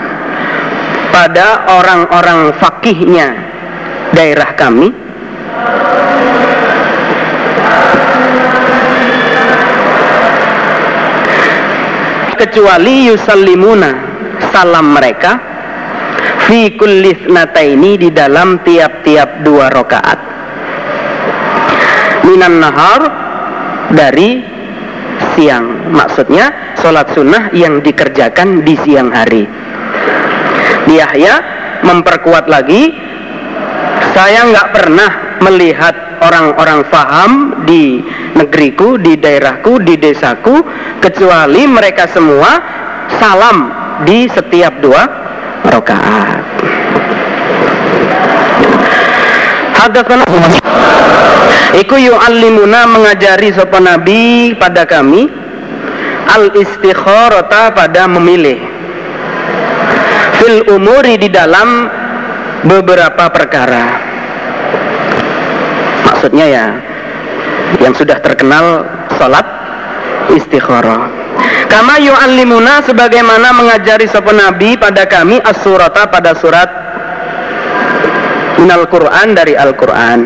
S1: pada orang-orang fakihnya daerah kami, kecuali yusallimuna, salam mereka, fi kulli thnataini, di dalam tiap-tiap dua rakaat, minan nahar, dari siang. Maksudnya sholat sunnah yang dikerjakan di siang hari. Yahya memperkuat lagi, saya nggak pernah melihat orang-orang faham di negeriku, di daerahku, di desaku, kecuali mereka semua salam di setiap dua rakaat. Hadatsana iku yu'allimuna, mengajari sapa Nabi pada kami, al-istikharata, pada memilih, fil umuri, di dalam beberapa perkara. Maksudnya ya, yang sudah terkenal salat istikharah. Kama yu'allimuna, sebagaimana mengajari sapa Nabi pada kami, as-surata, pada surat minal Qur'an, dari Al-Qur'an.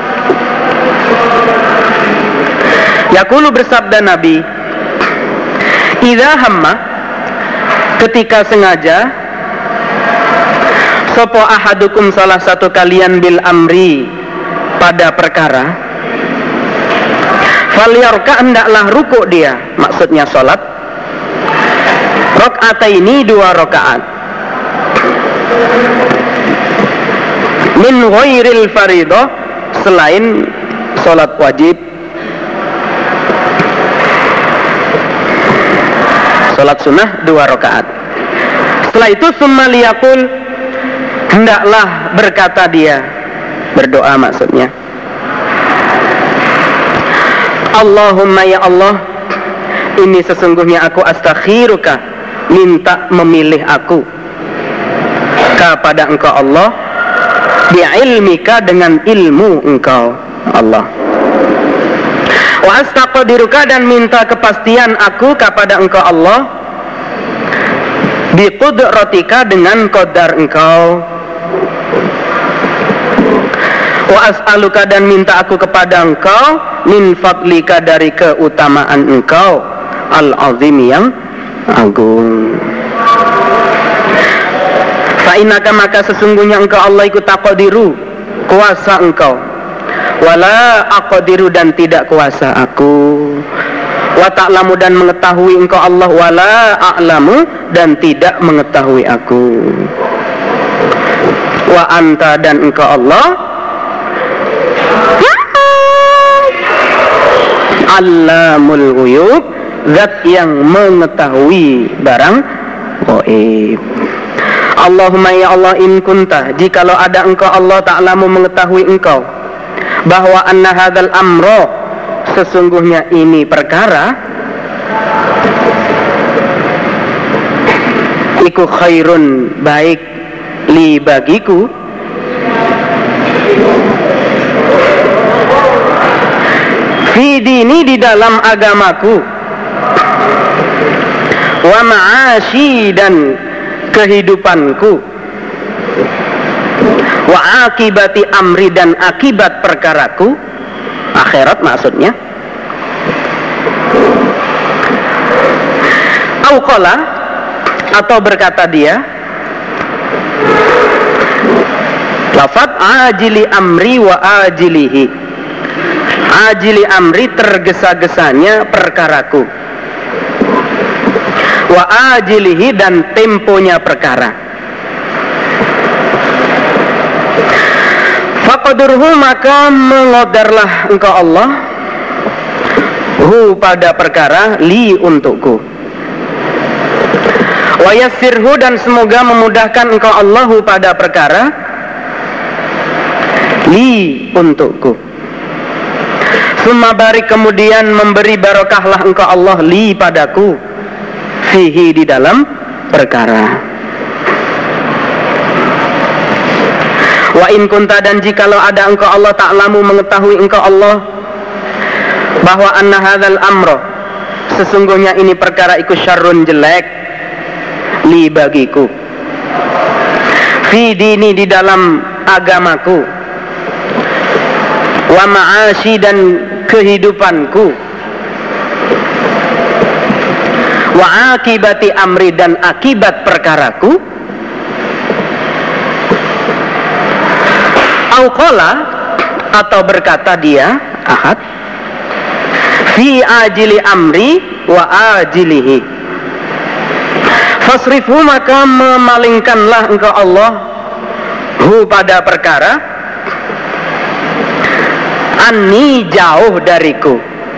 S1: Yaqulu, bersabda Nabi, idza hamma, ketika sengaja, sopo ahadukum, salah satu kalian, bil amri, pada perkara, falyarka, hendaklah ruku dia, maksudnya sholat, rakaataini, dua rakaat, min ghairil faridah, selain sholat wajib. Sholat sunnah dua rakaat. Setelah itu summa liyaqul, hendaklah berkata dia, berdoa maksudnya, Allahumma, ya Allah, ini sesungguhnya aku astakhiruka, minta memilih aku kepada engkau Allah, bi'ilmika, dengan ilmu engkau Allah, wa astaqdiruka, dan minta kepastian aku kepada engkau Allah, biqudratika, dengan qadar engkau, wa as'aluka, dan minta aku kepada engkau, min fadlika, dari keutamaan engkau, al-azim, yang agung. Fa innaka, maka sesungguhnya engkau Allah ikut taqdiru, kuasa engkau, wala aqdiru, dan tidak kuasa aku, wa ta'lamu, dan mengetahui engkau Allah, wala a'lamu, dan tidak mengetahui aku, wa anta, dan engkau Allah,
S3: Allamul ghuyub, zat yang mengetahui barang gaib. Allahumma ya Allah, in kunta, jikalau ada engkau Allah ta'lamu mengetahui engkau bahwa anna hadzal amro, sesungguhnya ini perkara, iku khairun, baik, li bagiku, fi dini, di dalam agamaku, wa ma'ashi, dan kehidupanku, wa akibati amri, dan akibat perkaraku, akhirat maksudnya. Au qala, atau berkata dia, lafad ajili amri wa ajilihi, ajili amri, tergesa-gesanya perkaraku, wa ajilihi, dan temponya perkara. Faqadurhu, maka mengodarlah engkau Allah, hu, pada perkara, li, untukku, wa yassirhu, dan semoga memudahkan engkau Allah, hu, pada perkara, li, untukku. Summa barik, kemudian memberi barokahlah engkau Allah, li, padaku, fihi, di dalam perkara. Wa in kunta, dan jikalau ada engkau Allah ta'lamu mengetahui engkau Allah bahwa anna hadzal amro, sesungguhnya ini perkara iku syarrun, jelek, li, bagiku, fi dini, di dalam agamaku, wa ma'ashi, dan kehidupanku, wa akibati amri, dan akibat perkaraku. Au qala, atau berkata dia, ahad, fi ajili amri wa ajilihi, fasrifu, maka memalingkanlah engkau Allah, hu, pada perkara, anni, jauh dariku,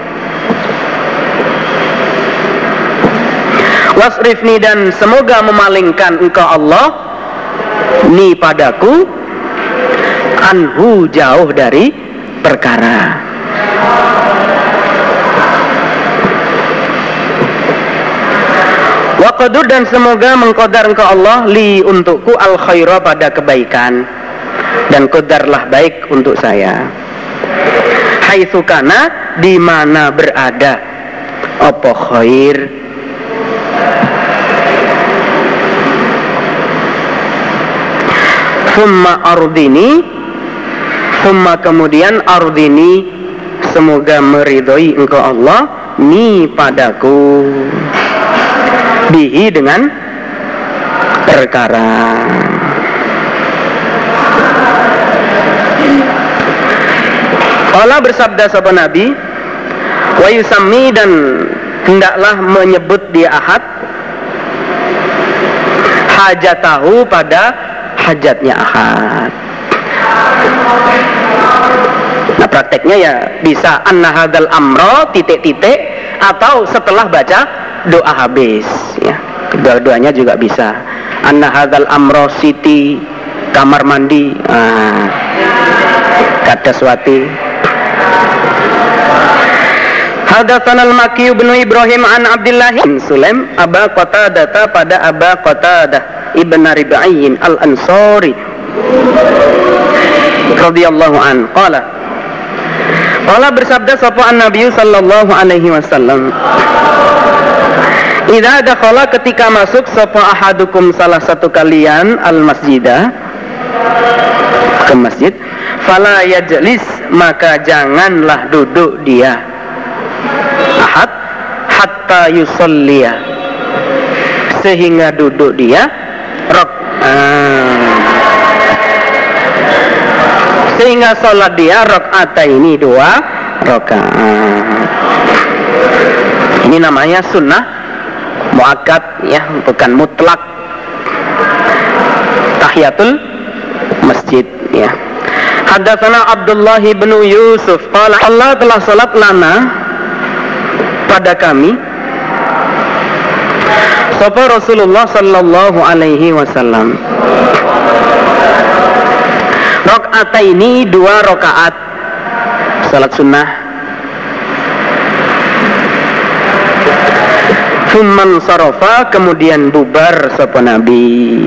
S3: wasrifni, dan semoga memalingkan engkau Allah, ni, padaku, anhu, jauh dari perkara. Waqadur, dan semoga mengqadar engkau Allah, li, untukku, al khaira, pada kebaikan, dan qadarlah baik untuk saya, haitsu kana, di mana berada apa khair. Summa ardini, summa, kemudian, ardini, semoga meridhoi engkau Allah, ni, padaku, bihi, dengan perkara. Allah bersabda sapa Nabi, wa yusammi, dan hendaklah menyebut dia ahad, hajatahu, pada hajatnya ahad. Nah, prakteknya ya bisa anna hadzal amro, titik-titik, atau setelah baca doa habis, ya. Kedua-duanya juga bisa. Anna hadzal amro, siti, kamar mandi, ah, kadaswati. Hadatsana al-Makki bin Ibrahim an Abdullah bin Sulaim Aba Qatadah, pada Aba Qatadah ibn Rib'in al-Ansari radhiyallahu an, qala, qala, bersabda sapa an-Nabi sallallahu alaihi wasallam, idza dakhala, ketika masuk sapa ahadukum, salah satu kalian, al-masjidah, ke masjid, fala yajlis, maka janganlah duduk dia, ahad, hatta yusalliya, sehingga duduk dia, rok, ah, sehingga sholat dia rakaat ini, dua rakaat. Ini namanya sunnah muakkad, ya, bukan mutlak. Tahiyatul masjid, ya. Hadatsana Abdullah bin Yusuf qala, Allah telah salat lana pada kami sapa Rasulullah sallallahu alaihi wasallam rakaataini dua rakaat salat sunnah. Tsumman sarafa kemudian bubar sapa Nabi.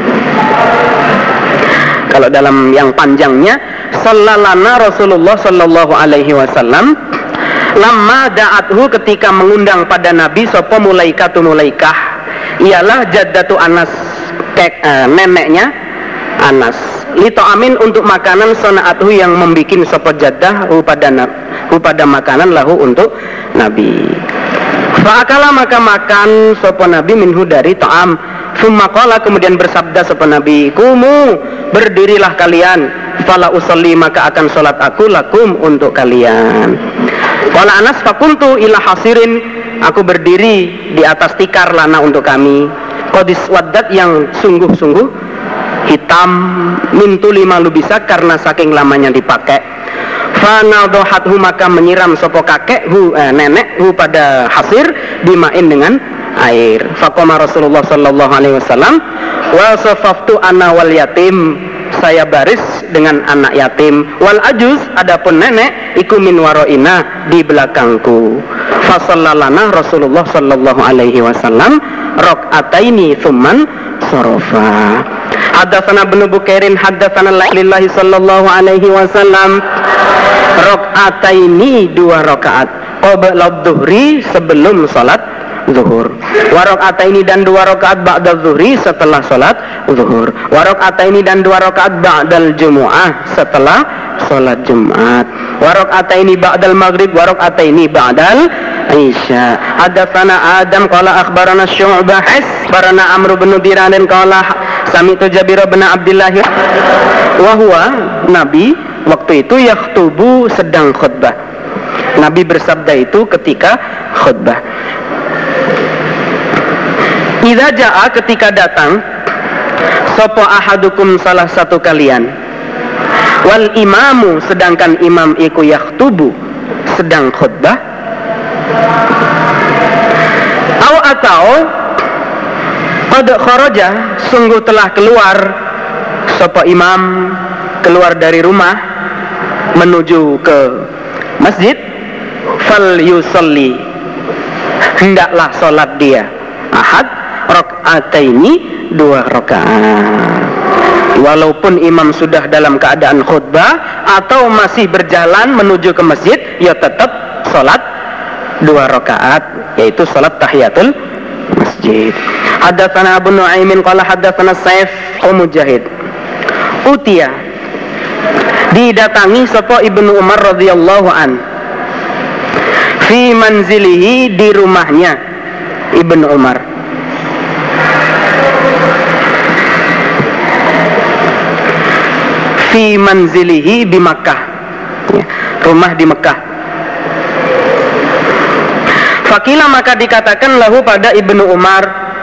S3: Kalau dalam yang panjangnya sallalana Rasulullah sallallahu alaihi wasallam lamma da'athu ketika mengundang pada Nabi sapa mulaikatu mulaikah ialah jaddatu Anas kek, eh, neneknya Anas lito amin untuk makanan sana'athu yang membikin sapa jaddah hu pada hu pada makanan lahu untuk Nabi. Fa'akala maka makan sapa Nabi minhu dari ta'am. Summa qala kemudian bersabda sapa Nabi, kumu berdirilah kalian, fala usolli maka akan sholat aku lakum untuk kalian. Qala Anas fakuntu ila hasirin aku berdiri di atas tikar lana untuk kami. Qadis waddat yang sungguh-sungguh hitam mintu lima lubisa karena saking lamanya dipakai. Fanadhathu maka menyiram sopo kakek hu eh, nenek hu pada hasir dimain dengan air. Faqama Rasulullah sallallahu alaihi wasallam wa safaftu ana wal yatim saya baris dengan anak yatim wal ajuz adapun nenek iku min waraina di belakangku. Fasallalana Rasulullah sallallahu alaihi wasallam rakaataini tsumman sarafa. Hadatsana Ibnu Bukairin hadatsana Lillahi sallallahu alaihi wasallam rakaataini dua rakaat qabla dhuhri sebelum salat zuhur wa rakaataini dan dua rakaat ba'da zuhri setelah salat zuhur wa rakaataini dan dua rakaat ba'dal jumu'ah setelah salat Jumat wa rakaataini ba'dal maghrib wa rakaataini ba'dal isya. Hadatsana Adam qala akhbarana Syu'bah akhbarana Amr bin Diran qala sami'tu Jabir bin Abdullah wa huwa Nabi waktu itu yakhtubu sedang khutbah. Nabi bersabda itu ketika khutbah. Idza jaa ketika datang sapa ahadukum salah satu kalian wal imamu sedangkan imam iku yakhtubu sedang khutbah aw atau qad kharaja sungguh telah keluar sapa imam keluar dari rumah menuju ke masjid fal yusalli hendaklah salat dia ahad rakaataini dua rakaat walaupun imam sudah dalam keadaan khutbah atau masih berjalan menuju ke masjid ya tetap salat dua rakaat yaitu salat tahiyatul masjid. Hadatsana Abu Nuaimin qala hadatsana Saif Mujahid utia didatangi sapa Ibnu Umar radhiyallahu an fi manzilihi di rumahnya Ibnu Umar fi manzilihi di Makkah ya, rumah di Makkah. Fakila maka dikatakan lahu pada Ibnu Umar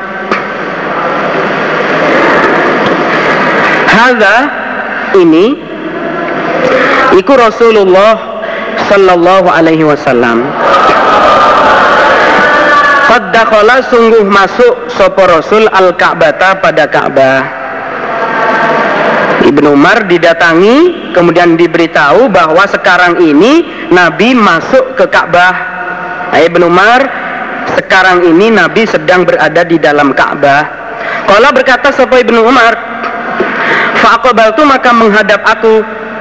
S3: hadza ini iku Rasulullah sallallahu alaihi wasallam qad dakhala sungguh masuk sapa Rasul al-Ka'bata pada Ka'bah. Ibnu Umar didatangi kemudian diberitahu bahwa sekarang ini Nabi masuk ke Ka'bah. Ibnu Umar sekarang ini Nabi sedang berada di dalam Ka'bah. Qala berkata sapa Ibnu Umar fa aqbaltu maka menghadap aku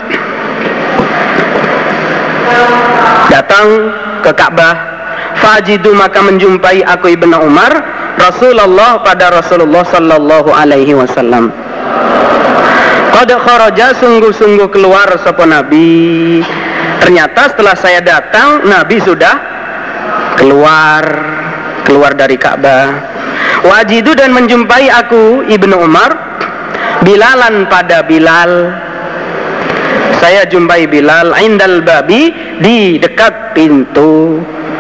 S3: datang ke Ka'bah fajidu maka menjumpai aku Ibnu Umar Rasulullah pada Rasulullah sallallahu alaihi wasallam qad kharaja sungguh-sungguh keluar sapa Nabi. Ternyata setelah saya datang Nabi sudah keluar keluar dari Ka'bah. Wajidu dan menjumpai aku Ibnu Umar Bilalan pada Bilal. Saya jumpai Bilal indal babi di dekat pintu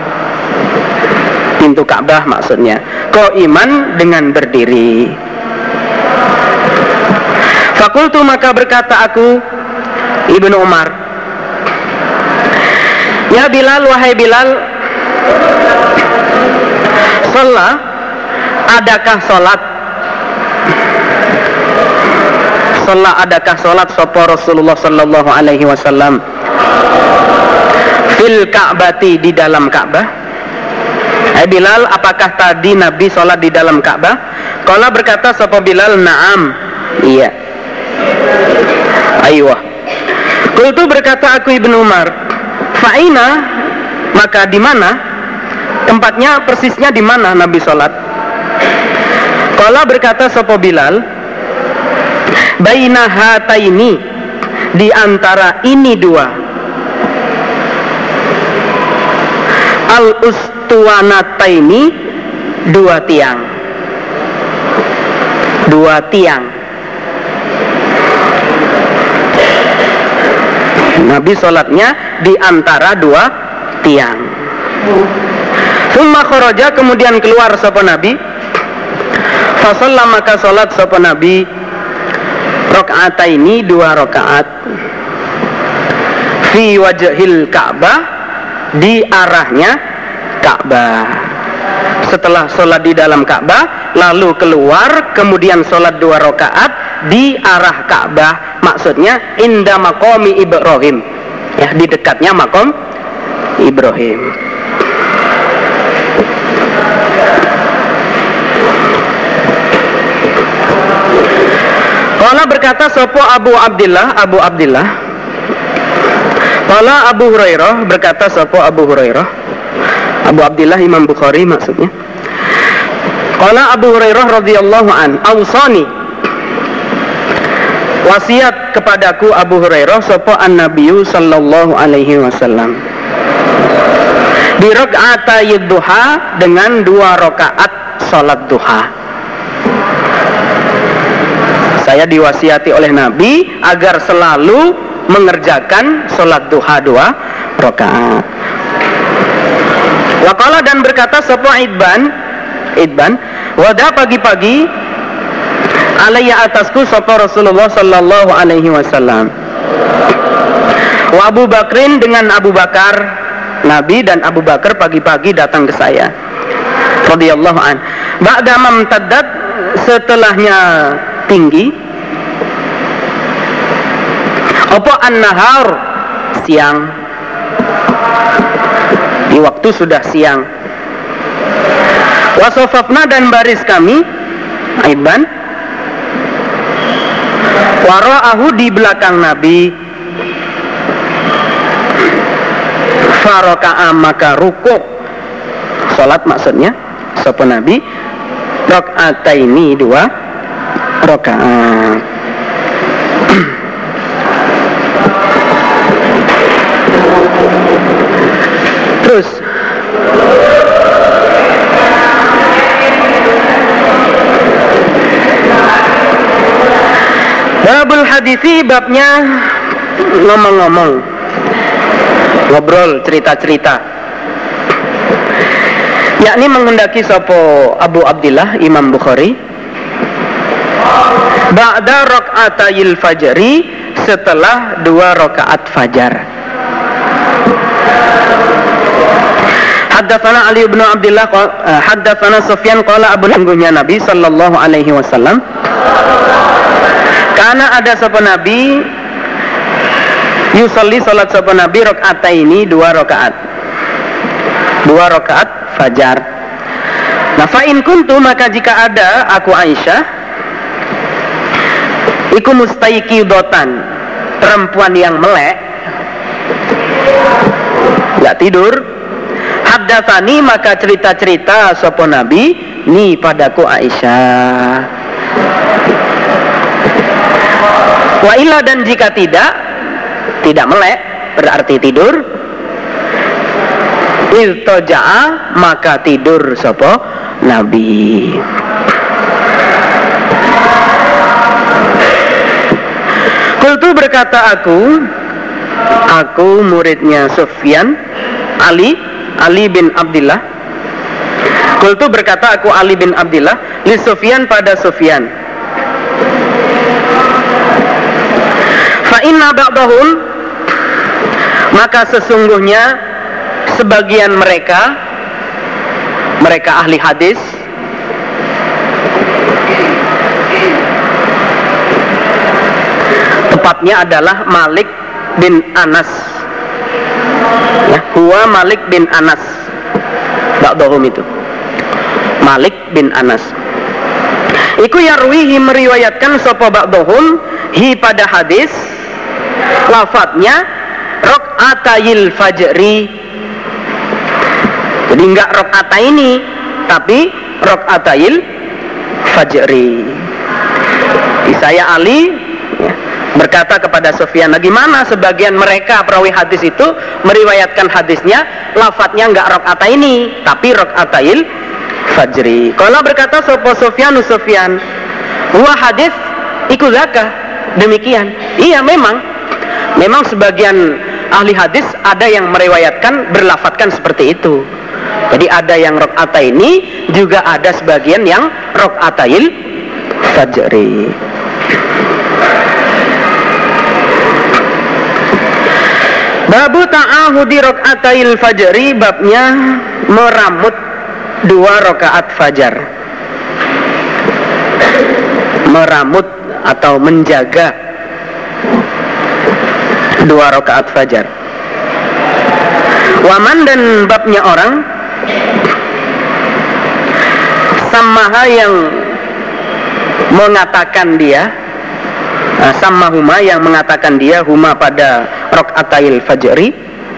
S3: pintu Ka'bah maksudnya. Qaiman dengan berdiri. Fakultu maka berkata aku Ibnu Umar ya Bilal wahai Bilal Sholat, adakah sholat? Sholat, adakah sholat sapa Rasulullah sallallahu alaihi wasallam fil Ka'bati, di dalam Ka'bah? Hai Bilal, apakah tadi Nabi sholat di dalam Ka'bah? Qala, berkata sapa Bilal, na'am, iya. Aywa. Qultu, berkata aku Ibnu Umar, fa'ina, maka di mana? Tempatnya persisnya di mana Nabi sholat? Qala, berkata sapa Bilal, baina hataini, di antara ini dua, al ustuwanataini, dua tiang, dua tiang. Nabi sholatnya di antara dua tiang. Summa kharaja, kemudian keluar sapa Nabi. Fasalla, maka sholat sapa Nabi rakaataini, dua rakaat, fi wajhil Ka'bah, di arahnya Ka'bah. Setelah sholat di dalam Ka'bah, lalu keluar, kemudian sholat dua rakaat di arah Ka'bah, maksudnya inda maqami Ibrahim, ya, di dekatnya maqam Ibrahim. Qala, berkata sopo Abu Abdillah, Abu Abdillah. Qala Abu Hurairah, berkata sopo Abu Hurairah, Abu Abdillah Imam Bukhari maksudnya. Qala Abu Hurairah radhiyallahu an, ausani, wasiat kepadaku Abu Hurairah sopo an-Nabiyyu sallallahu alaihi wasallam bi raka'atay duha, dengan dua rakaat salat duha. Saya diwasiati oleh Nabi agar selalu mengerjakan sholat duha dua rakaat. Waqala, dan berkata sapa Idban, Idban, wada pagi-pagi, alayya atasku sapa Rasulullah sallallahu alaihi wasallam. Wa Abu Bakrin, dengan Abu Bakar, Nabi dan Abu Bakar pagi-pagi datang ke saya. Radhiyallahu an. Ba'da mamtaddat, setelahnya tinggi, apa an-nahar, siang, di waktu sudah siang. Wasofafna, dan baris kami, Aibban, wara'ahu, di belakang Nabi, faraka'a, maka rukuk, salat maksudnya sapa Nabi, rakaataini, dua rakaat. Terus babul hadisi, babnya ngomong-ngomong, ngobrol, cerita-cerita, yakni menghendaki sopo Abu Abdillah Imam Bukhari ba'da raka'atayil fajri, setelah dua rakaat fajar. Haddatsana Ali bin Abdullah, haddatsana Sufyan qala Abu Sungguhnya Nabi sallallahu alaihi wasallam, karena ada sapa Nabi yusalli, salat sapa Nabi rakaataini, dua rakaat, dua rakaat fajar. Nah, fa in kuntu, maka jika ada aku Aisyah, iku mustaiqidotan, perempuan yang melek, enggak tidur, haddatsani, maka cerita-cerita sapa Nabi ni padaku Aisyah. Wa illa, dan jika tidak, tidak melek, berarti tidur, iltoja'a, maka tidur sapa Nabi. Kultu, berkata aku, aku muridnya Sufyan, Ali, Ali bin Abdillah. Kultu, berkata aku Ali bin Abdillah, li Sufyan, pada Sufyan, fa inna ba'dahum, maka sesungguhnya sebagian mereka, mereka ahli hadis, tepatnya adalah Malik bin Anas. Ya, huwa Malik bin Anas. Ba'dhum itu. Malik bin Anas. Iku yarwihi meriwayatkan sapa ba'dhum hi pada hadis lafadznya rakaatayil fajri. Jadi enggak rakaataini tapi rakaatayil fajri. Saya Ali ya, berkata kepada Sufyan, bagaimana sebagian mereka perawi hadis itu meriwayatkan hadisnya lafadznya enggak rakaataini tapi rakaatayil fajri. Kalau berkata sapa Sufyan Sufyan, huwa hadis iku zaka, demikian. Iya memang, memang sebagian ahli hadis ada yang meriwayatkan berlafadzkan seperti itu. Jadi ada yang rakaataini, juga ada sebagian yang rakaatayil fajri. Babu ta'ahudi rakaatayil fajri, babnya meramut dua rakaat fajar. Meramut atau menjaga dua rakaat fajar. Waman, dan babnya orang samaha yang mengatakan dia, samahuma yang mengatakan dia huma pada rakaatayil fajri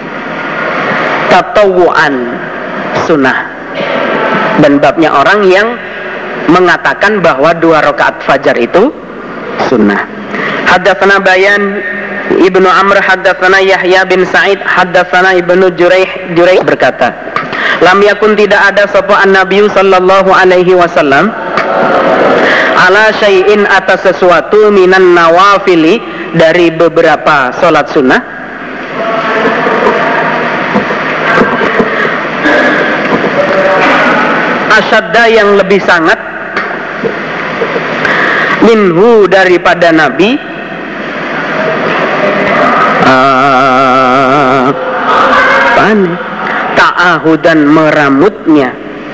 S3: tatawuan sunnah. Dan babnya orang yang mengatakan bahwa dua rakaat fajar itu sunnah. Haddatsana Bayan Ibnu Amr haddatsana Yahya bin Sa'id haddatsana Ibnu Juraih Juraih berkata, lam yakun, tidak ada sapa an-nabiy sallallahu alaihi wasallam ala syai'in atas sesuatu minan nawafili, dari beberapa salat sunnah, asyadda yang lebih sangat, minhu daripada Nabi, uh, ta'ahudan meramutnya,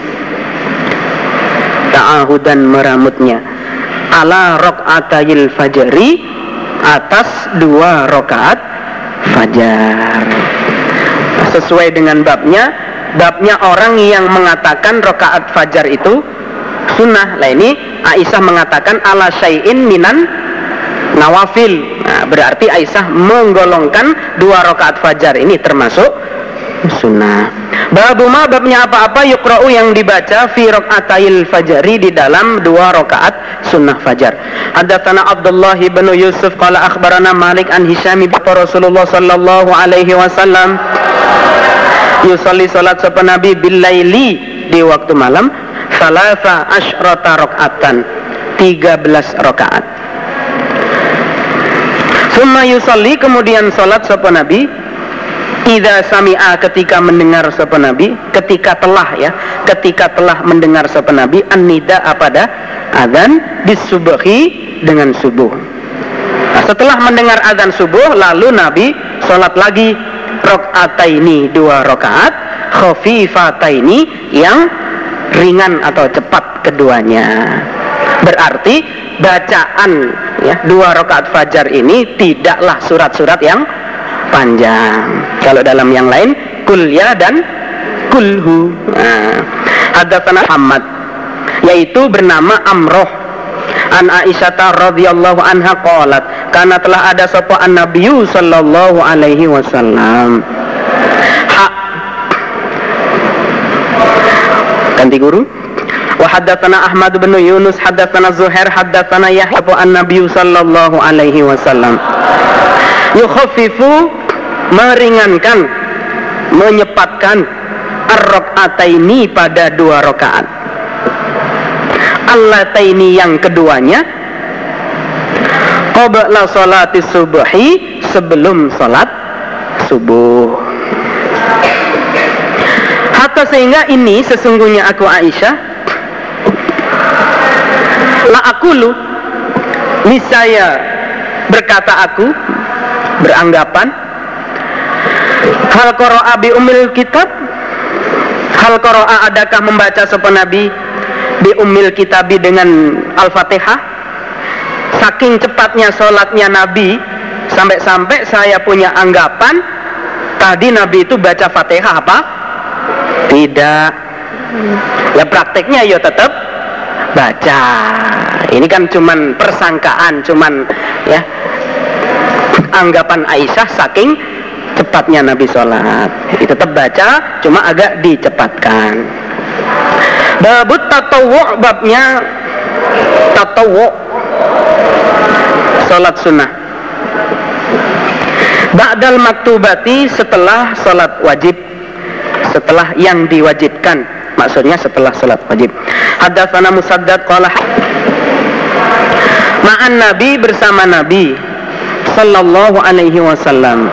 S3: ta'ahudan meramutnya, ala rakaatayil fajri, atas dua rakaat fajar. Sesuai dengan babnya, babnya orang yang mengatakan rakaat fajar itu sunnah. Lah ini Aisyah mengatakan ala syai'in minan nawafil. Nah, berarti Aisyah menggolongkan dua rakaat fajar ini termasuk sunnah. Babu ma, babnya apa-apa yuqra'u yang dibaca fi rakaatayil fajri, di dalam dua rakaat sunnah fajar. Haddatsana Abdullah bin Yusuf qala akhbarana Malik an Hisham bin Rasulullah sallallahu alaihi wasallam yusalli salat sapa Nabi billaili, di waktu malam, salasa asyrata rakaatan, tiga belas rakaat. Summa yusalli, kemudian salat sapa Nabi, idza sami'a, ketika mendengar sapa Nabi, ketika telah ya, ketika telah mendengar sapa Nabi an-nida pada azan bisubhi, dengan subuh. Nah, setelah mendengar azan subuh, lalu Nabi salat lagi rakaataini, dua rakaat, khafifataini, yang ringan atau cepat keduanya. Berarti bacaan ya dua rakaat fajar ini tidaklah surat-surat yang panjang. Kalau dalam yang lain kul ya dan kulhu. Nah, haddatsana Muhammad, yaitu bernama Amroh, an Aisyah radhiyallahu anha qalat, karena telah ada sapa an-nabiyyu sallallahu alaihi wasallam. Ha, ganti guru. Wa haddatsana Ahmad bin Yunus haddatsana Zuhair haddatsana Yahya an-nabiyyu sallallahu alaihi wasallam yukhaffifu, meringankan, menyepatkan ar-rakaataini, pada dua rakaat, allataini, yang keduanya, qabla salati subhi, sebelum salat subuh. Hatta, sehingga ini sesungguhnya aku Aisyah, la akulu, niscaya berkata aku, beranggapan, hal qara'a bi umil kitab, Hal qara'a adakah membaca sapa Nabi bi ummil kitabi dengan Al-Fatihah? Saking cepatnya sholatnya Nabi, sampai-sampai saya punya anggapan tadi Nabi itu baca Fatihah apa? Tidak. Ya prakteknya ya tetap baca. Ini kan cuman persangkaan, cuman ya anggapan Aisyah saking cepatnya Nabi sholat. Jadi tetap baca, cuma agak dicepatkan. Babut tatawwu', babnya tatawwu', sholat sunnah. Ba'dal maktubati, setelah sholat wajib, setelah yang diwajibkan, maksudnya setelah sholat wajib. Haddatsana Musaddad qala ma'an Nabi, bersama Nabi sallallahu alaihi wasallam,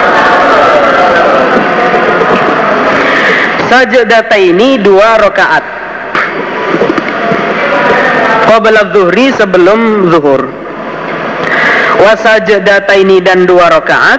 S3: sajdataini, dua rakaat, qabla zuhri, sebelum zuhur, wa sajdataini, dan dua rakaat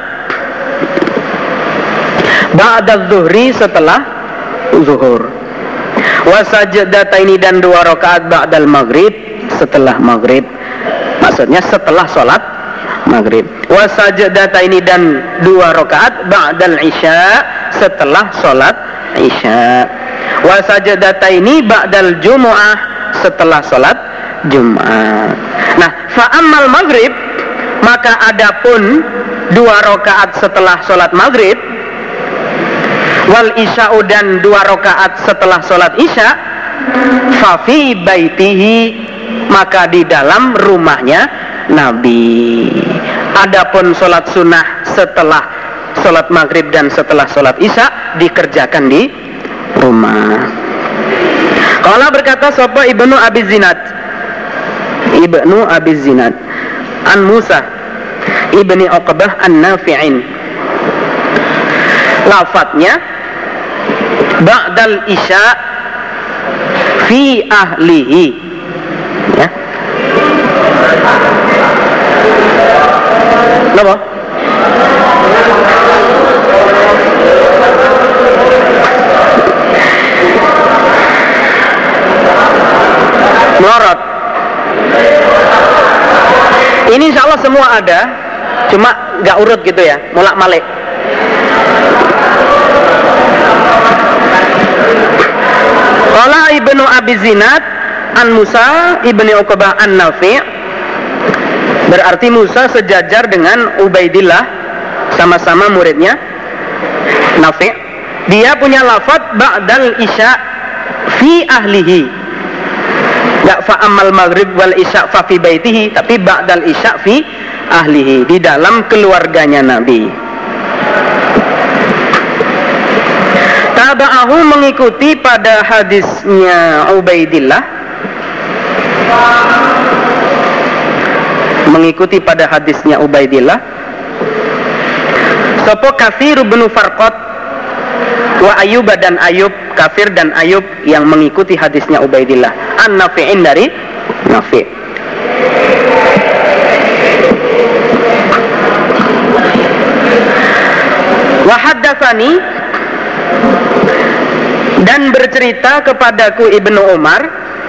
S3: ba'da zuhri, setelah zuhur, wa sajdataini, dan dua rakaat ba'dal maghrib, setelah maghrib, maksudnya setelah sholat maghrib, wa sajdataini, dan dua rakaat ba'dal isya, setelah sholat isya, wa sajdataini ba'dal jumu'ah, setelah sholat Jumat. Nah, fa'ammal maghrib, maka adapun dua rakaat setelah sholat maghrib, wal isya'u, dan dua rakaat setelah sholat isya, fa fi baitihi, maka di dalam rumahnya Nabi. Adapun sholat sunnah setelah sholat maghrib dan setelah sholat isya dikerjakan di rumah. Qala, berkata sapa Ibnu Abi Zinad, Ibnu Abi Zinad an Musa ibni Uqbah an Nafi'in, lafadznya ba'dal isya fi ahlihi, ya. Kenapa? Melorot. Ini insya Allah semua ada, cuma nggak urut gitu ya, mulak malik. Qala Ibnu Abi Zinad an Musa ibni Uqbah an Nafi', berarti Musa sejajar dengan Ubaidillah, sama-sama muridnya Nafi'. Dia punya lafaz ba'dal isya fi ahlihi, enggak fa'amal maghrib wal isya fa fi baitihi, tapi ba'dal isya fi ahlihi, di dalam keluarganya Nabi. Taba'ahu, mengikuti pada hadisnya Ubaidillah, mengikuti pada hadisnya Ubaidillah sapa Katsir bin Farqat wa Ayyub, dan Ayub, Kafir dan Ayub yang mengikuti hadisnya Ubaidillah an Nafi'in, dari Nafi'. Wa haddatsani, dan bercerita kepadaku Ibnu Umar,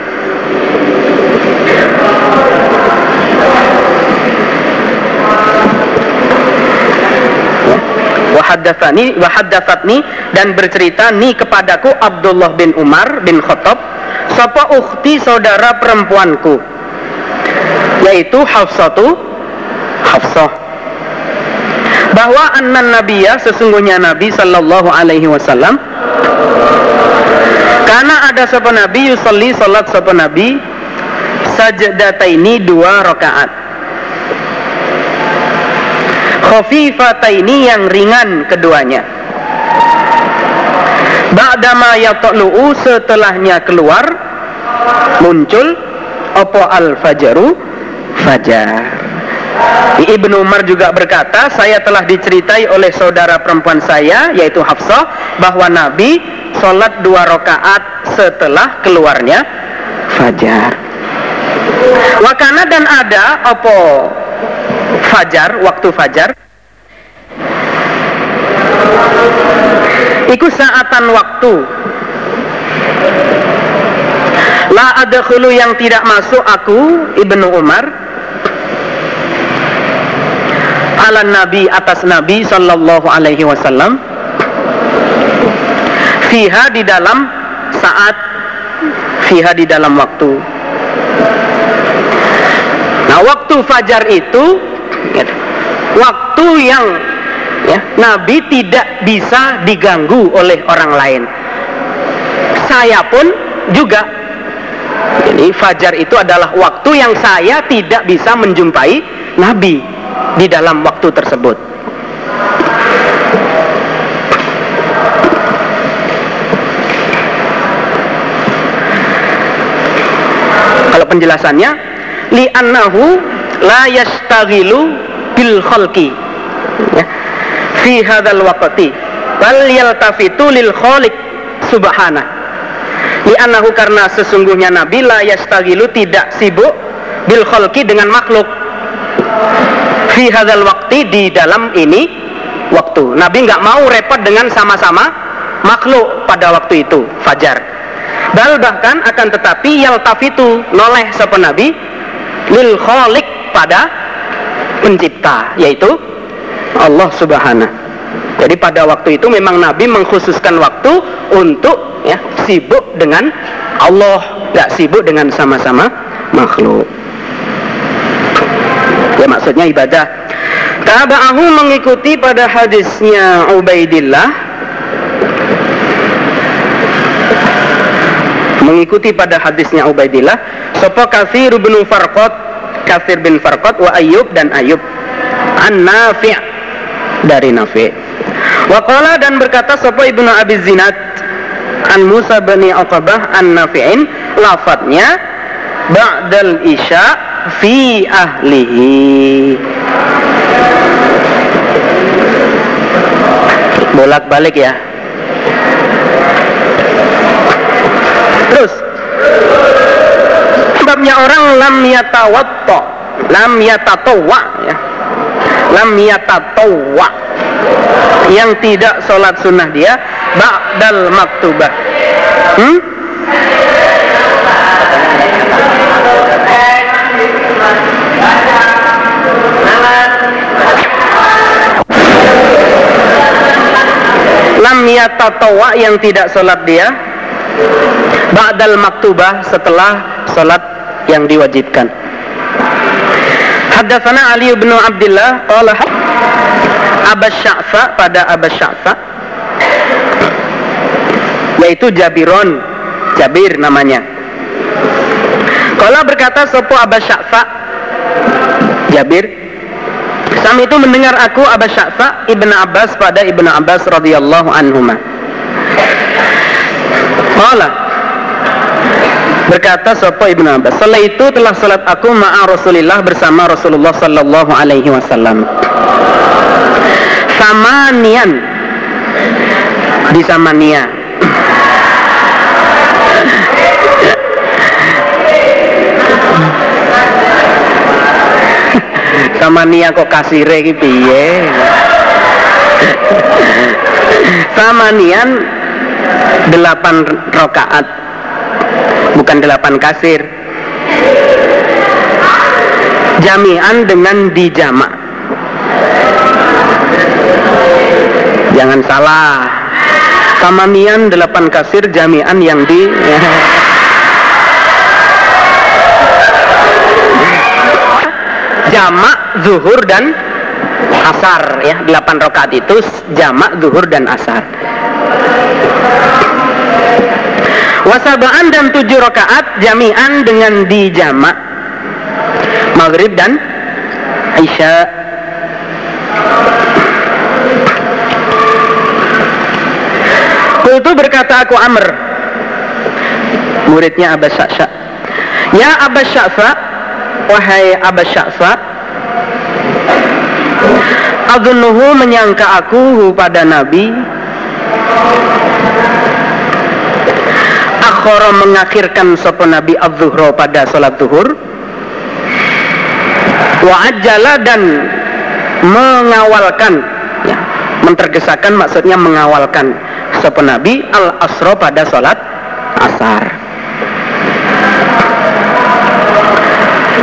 S3: wahaddatsani wahaddatsatni, dan bercerita ni kepadaku Abdullah bin Umar bin Khattab, sapa ukhti, saudara perempuanku, yaitu Hafsatu, Hafsah, bahwa annan nabiyya, sesungguhnya Nabi sallallahu alaihi wasallam, karena ada sapa Nabi yusolli, salat sapa Nabi, sajdataini, dua rakaat, khafifataini, yang ringan keduanya, ba'dama yatlu'u, setelahnya keluar, muncul apa al-fajaru, fajar. Ibnu Umar juga berkata, saya telah diceritai oleh saudara perempuan saya, yaitu Hafsah, bahwa Nabi sholat dua rakaat setelah keluarnya fajar. Wakana, dan ada apa fajar, waktu fajar, iku saatan waktu, La adkhulu yang tidak masuk aku Ibnu Umar ala Nabi atas Nabi sallallahu alaihi wasallam fiha di dalam saat fiha di dalam waktu. Nah, waktu fajar itu waktu yang ya, Nabi tidak bisa diganggu oleh orang lain. Saya pun juga. Jadi fajar itu adalah waktu yang saya tidak bisa menjumpai Nabi di dalam waktu tersebut. Kalau penjelasannya, li'annahu la yastaghilu bil khalqi ya, fi hadzal waqti bal yaltafitu lil khaliq subhanahu. Li'annahu karena sesungguhnya Nabi la yastaghilu tidak sibuk bil khalqi dengan makhluk fi hadzal waqti di dalam ini waktu. Nabi nggak mau repot dengan sama-sama makhluk pada waktu itu fajar. Bal bahkan akan tetapi yaltafitu noleh sapa Nabi lil khaliq pada pencipta, yaitu Allah Subhanahu. Jadi pada waktu itu memang Nabi mengkhususkan waktu untuk ya sibuk dengan Allah, nggak sibuk dengan sama-sama makhluk. Ya maksudnya ibadah. Taba'ahu mengikuti pada hadisnya Ubaidillah, mengikuti pada hadisnya Ubaidillah sapa Katsir bin Farqad, Katsir bin Farqad wa Ayyub dan Ayyub an Nafi' dari Nafi'. Wa qala dan berkata sapa Ibnu Abi Zinad an Musa bin Uqbah an Nafi'in, lafadznya ba'dal isya fi ahlihi. Bolak-balik ya. Terus sebabnya orang lam yatawatta, lam yatatawwa ya, lam yatatawwa yang tidak sholat sunnah dia ba'dal maktubah. Hmm? Lam yatatawwa yang tidak sholat dia ba'dal maktubah setelah salat yang diwajibkan. Haddatsana Ali bin Abdullah qala Abas Sya'fa pada Abas Sya'fa yaitu Jabiron, Jabir namanya. Qala berkata sapa Abas Sya'fa Jabir, Sami itu mendengar aku Abas Sya'fa Ibnu Abbas pada Ibnu Abbas radhiyallahu anhuma. Qala berkata sapa Ibnu Abbas, setelah itu telah salat aku ma'a Rasulillah bersama Rasulullah sallallahu alaihi wasallam. Samanian di Samania. Samania kok kasire iki piye? Samanian delapan rakaat, bukan delapan kasir. Jami'an dengan dijamak. Jangan salah. Samanian delapan kasir, jami'an yang di ya. Jamak zuhur dan asar ya, delapan rakaat itu jamak zuhur dan asar. Wasabaan dan tujuh rakaat jami'an dengan dijamak maghrib dan isya. Qultu berkata aku Amr, muridnya Abas Sya'fa, ya Abas Sya'fa, wahai Abas Sya'fa, adzunuhu menyangka aku pada Nabi akhara mengakhirkan sapa Nabi az-zuhra pada salat zuhur, wa ajjala dan mengawalkan ya, mentergesakan maksudnya mengawalkan sapa Nabi al-asra pada salat asar.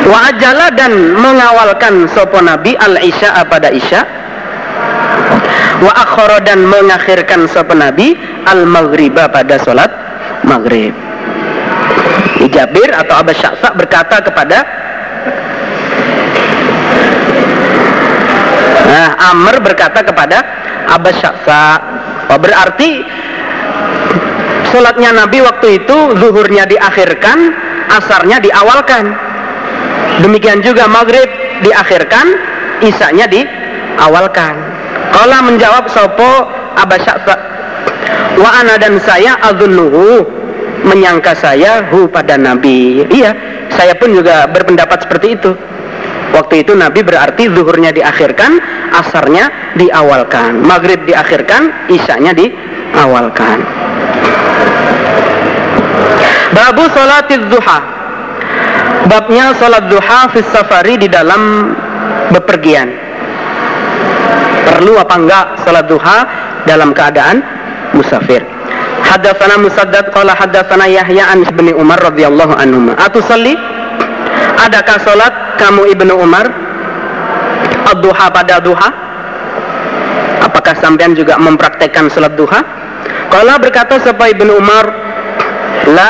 S3: Wa ajala dan mengawalkan sapa nabi al-isya pada isya. Wa akhara dan mengakhirkan sapa nabi al-maghriba pada salat maghrib. Jabir atau Abu Sya'sa berkata kepada Nah, Amr berkata kepada Abu Sya'sa, oh, berarti salatnya Nabi waktu itu zuhurnya diakhirkan, asarnya diawalkan. Demikian juga maghrib diakhirkan, isanya diawalkan. Qala menjawab sopo Abu Sya'sa, wa ana dan saya azunnuhu, menyangka saya hu pada Nabi. Iya, saya pun juga berpendapat seperti itu. Waktu itu Nabi berarti zuhurnya diakhirkan, asarnya diawalkan, maghrib diakhirkan, isanya diawalkan. Babu salatiz duha. Babnya salat duha fis safari, di dalam bepergian. Perlu apa enggak salat duha dalam keadaan musafir? Hadatsana Musaddad qala hadatsana Yahya an Ibnu Umar radhiyallahu anhu. Atusalli? Adakah salat kamu Ibnu Umar ad-duha pada duha? Apakah sampean juga mempraktekkan salat duha? Qala berkata sapa Ibnu Umar, la,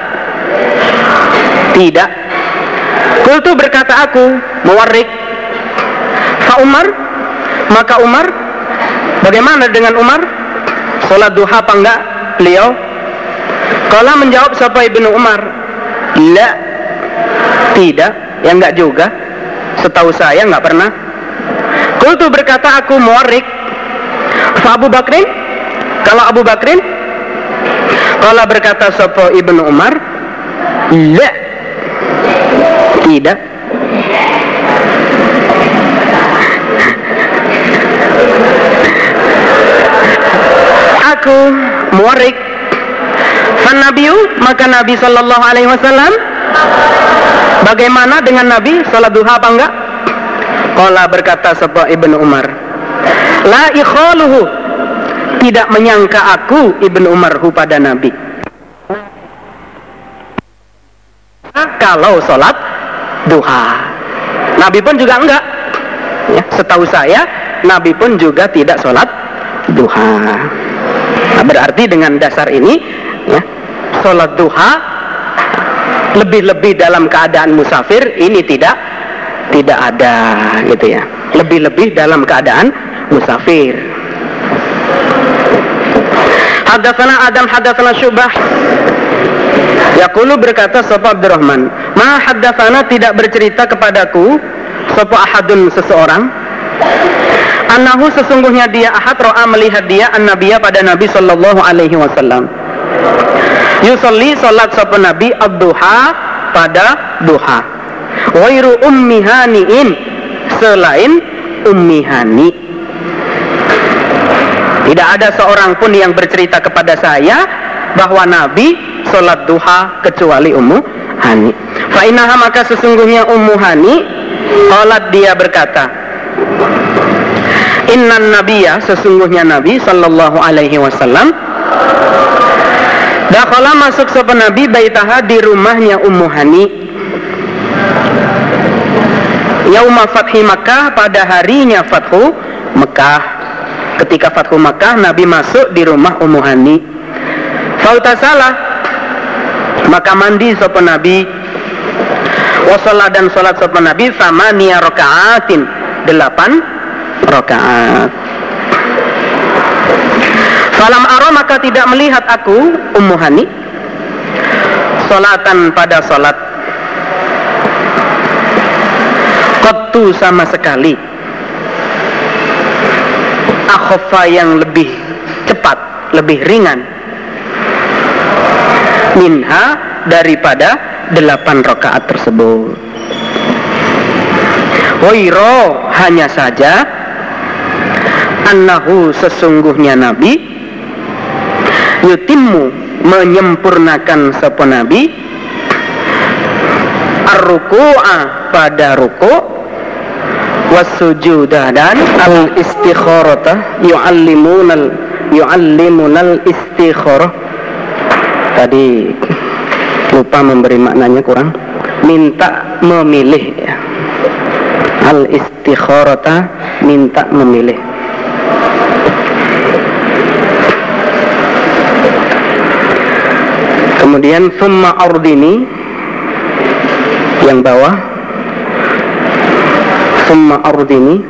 S3: tidak. Qultu berkata aku, muwarrik. Fa Umar, maka Umar, bagaimana dengan Umar? Salat duha apa enggak beliau? Qala menjawab sapa Ibnu Umar, la, tidak, ya enggak juga. Setahu saya enggak pernah. Qultu berkata aku, muwarrik. Fa Abu Bakrin, kalau Abu Bakrin? Qala berkata sapa Ibnu Umar, la, tidak. Aku muwarrik. Fan Nabiyu, maka Nabi sallallahu alaihi wasallam, bagaimana dengan Nabi salat duha apa enggak? Qala berkata sapa Ibnu Umar, la ikhaluhu, tidak menyangka aku Ibnu Umar hu pada Nabi. Kalau salat duha, Nabi pun juga enggak. Ya, setahu saya Nabi pun juga tidak salat duha. Nah, berarti dengan dasar ini, ya, salat duha lebih-lebih dalam keadaan musafir ini tidak tidak ada, gitu ya. Lebih-lebih dalam keadaan musafir. Hadatsana Adam hadatsana Syu'bah. Yaqulu berkata sapa Abdurrahman, ma haddatsana, tidak bercerita kepadaku sapa ahadun seseorang, annahu sesungguhnya dia ahad ro'a melihat dia an-nabiyya pada Nabi sallallahu alaihi wasallam. Yusalli salat sapa Nabi ad-duha pada duha. Wairu ummi hani'in, selain ummi hani. Tidak ada seorang pun yang bercerita kepada saya bahwa Nabi salat duha kecuali Ummu Hani. Fa innaha, maka sesungguhnya Ummu Hani, qalat, dia berkata, innan nabiyya, sesungguhnya Nabi sallallahu alaihi wasallam, dakhala, masuk sapa Nabi, baitaha, di rumahnya Ummu Hani, yauma fathi Makkah, pada harinya Fathu Mekah. Ketika Fathu Makkah, Nabi masuk di rumah Ummu Hani. Fautasalah, maka mandi sapa Nabi, wasalla, dan salat sapa Nabi, sama niya rakaatin, delapan rakaat. Falam ara, maka tidak melihat aku Ummu Hani salatan, pada salat, qattu, sama sekali, akhaffa, yang lebih cepat, lebih ringan, minha, daripada delapan rakaat tersebut. Wairo, hanya saja, annahu, sesungguhnya Nabi, yutimmu, menyempurnakan sapa Nabi, ar-ruku'a, pada ruku', wasujudah, dan al-istikharata, yu'allimunal yu'allimunal istikharah. Tadi lupa memberi maknanya, kurang. minta memilih ya. Al-istikharata, minta memilih. Kemudian summa ardini, yang bawah, summa ardini,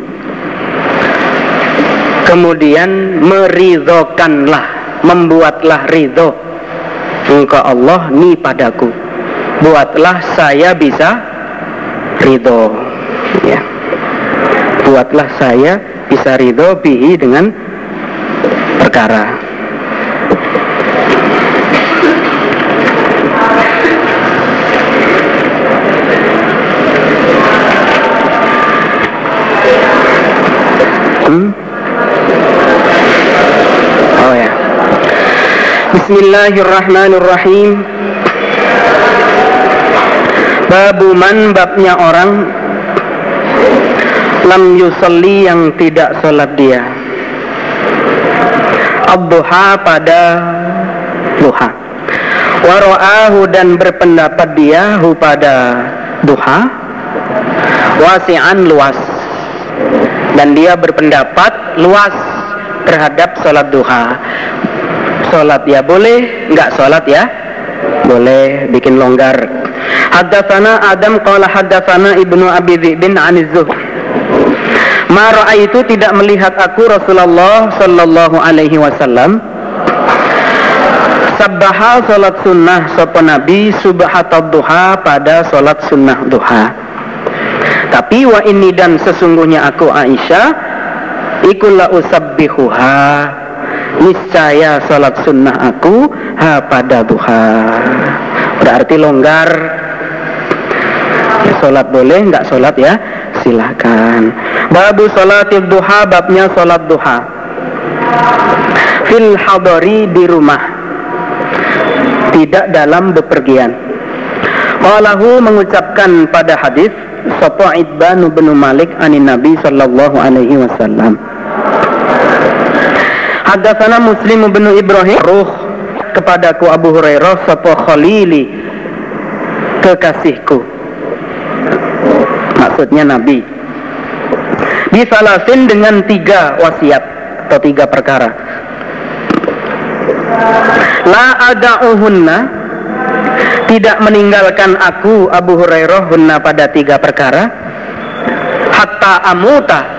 S3: kemudian meridhokanlah, membuatlah ridho engkau Allah ni padaku, buatlah saya bisa ridho ya. Buatlah saya bisa ridho bihi, dengan perkara. hmm? Oh ya, Bismillahirrahmanirrahim. Babu man, babnya orang lam yusalli, yang tidak sholat dia ad-duha, pada duha, wa ra'ahu, dan berpendapat dia hu pada duha, wasi'an, luas, dan dia berpendapat luas terhadap sholat duha. Sholat ya boleh, enggak sholat ya boleh, bikin longgar. Haddatsana Adam qala haddatsana Ibnu Abi Dzibin 'an Az-Zuhri. Ma ra'aitu, tidak melihat aku Rasulullah sallallahu alaihi wasallam sabbaha, salat sunnah sapa Nabi, subhatad duha, pada salat sunnah duha. Tapi wa inni, dan sesungguhnya aku Aisyah, iku la usabbihuha, niscaya salat sunnah aku ha pada duha. Berarti longgar, salat boleh, enggak salat ya silakan. Babu salatid duha, babnya salat duha fil hadari, di rumah, tidak dalam bepergian. Qalahu, mengucapkan pada hadis sapa Itban bin Malik anin Nabi sallallahu alaihi wasallam. Haddatsana Muslim bin Ibrahim, ruh kepadaku Abu Hurairah sapa Khalili, kekasihku, maksudnya Nabi, bisalasin, dengan tiga wasiat atau tiga perkara. La ada'uhunna, tidak meninggalkan aku Abu Hurairah hunna, pada tiga perkara, hatta amuta,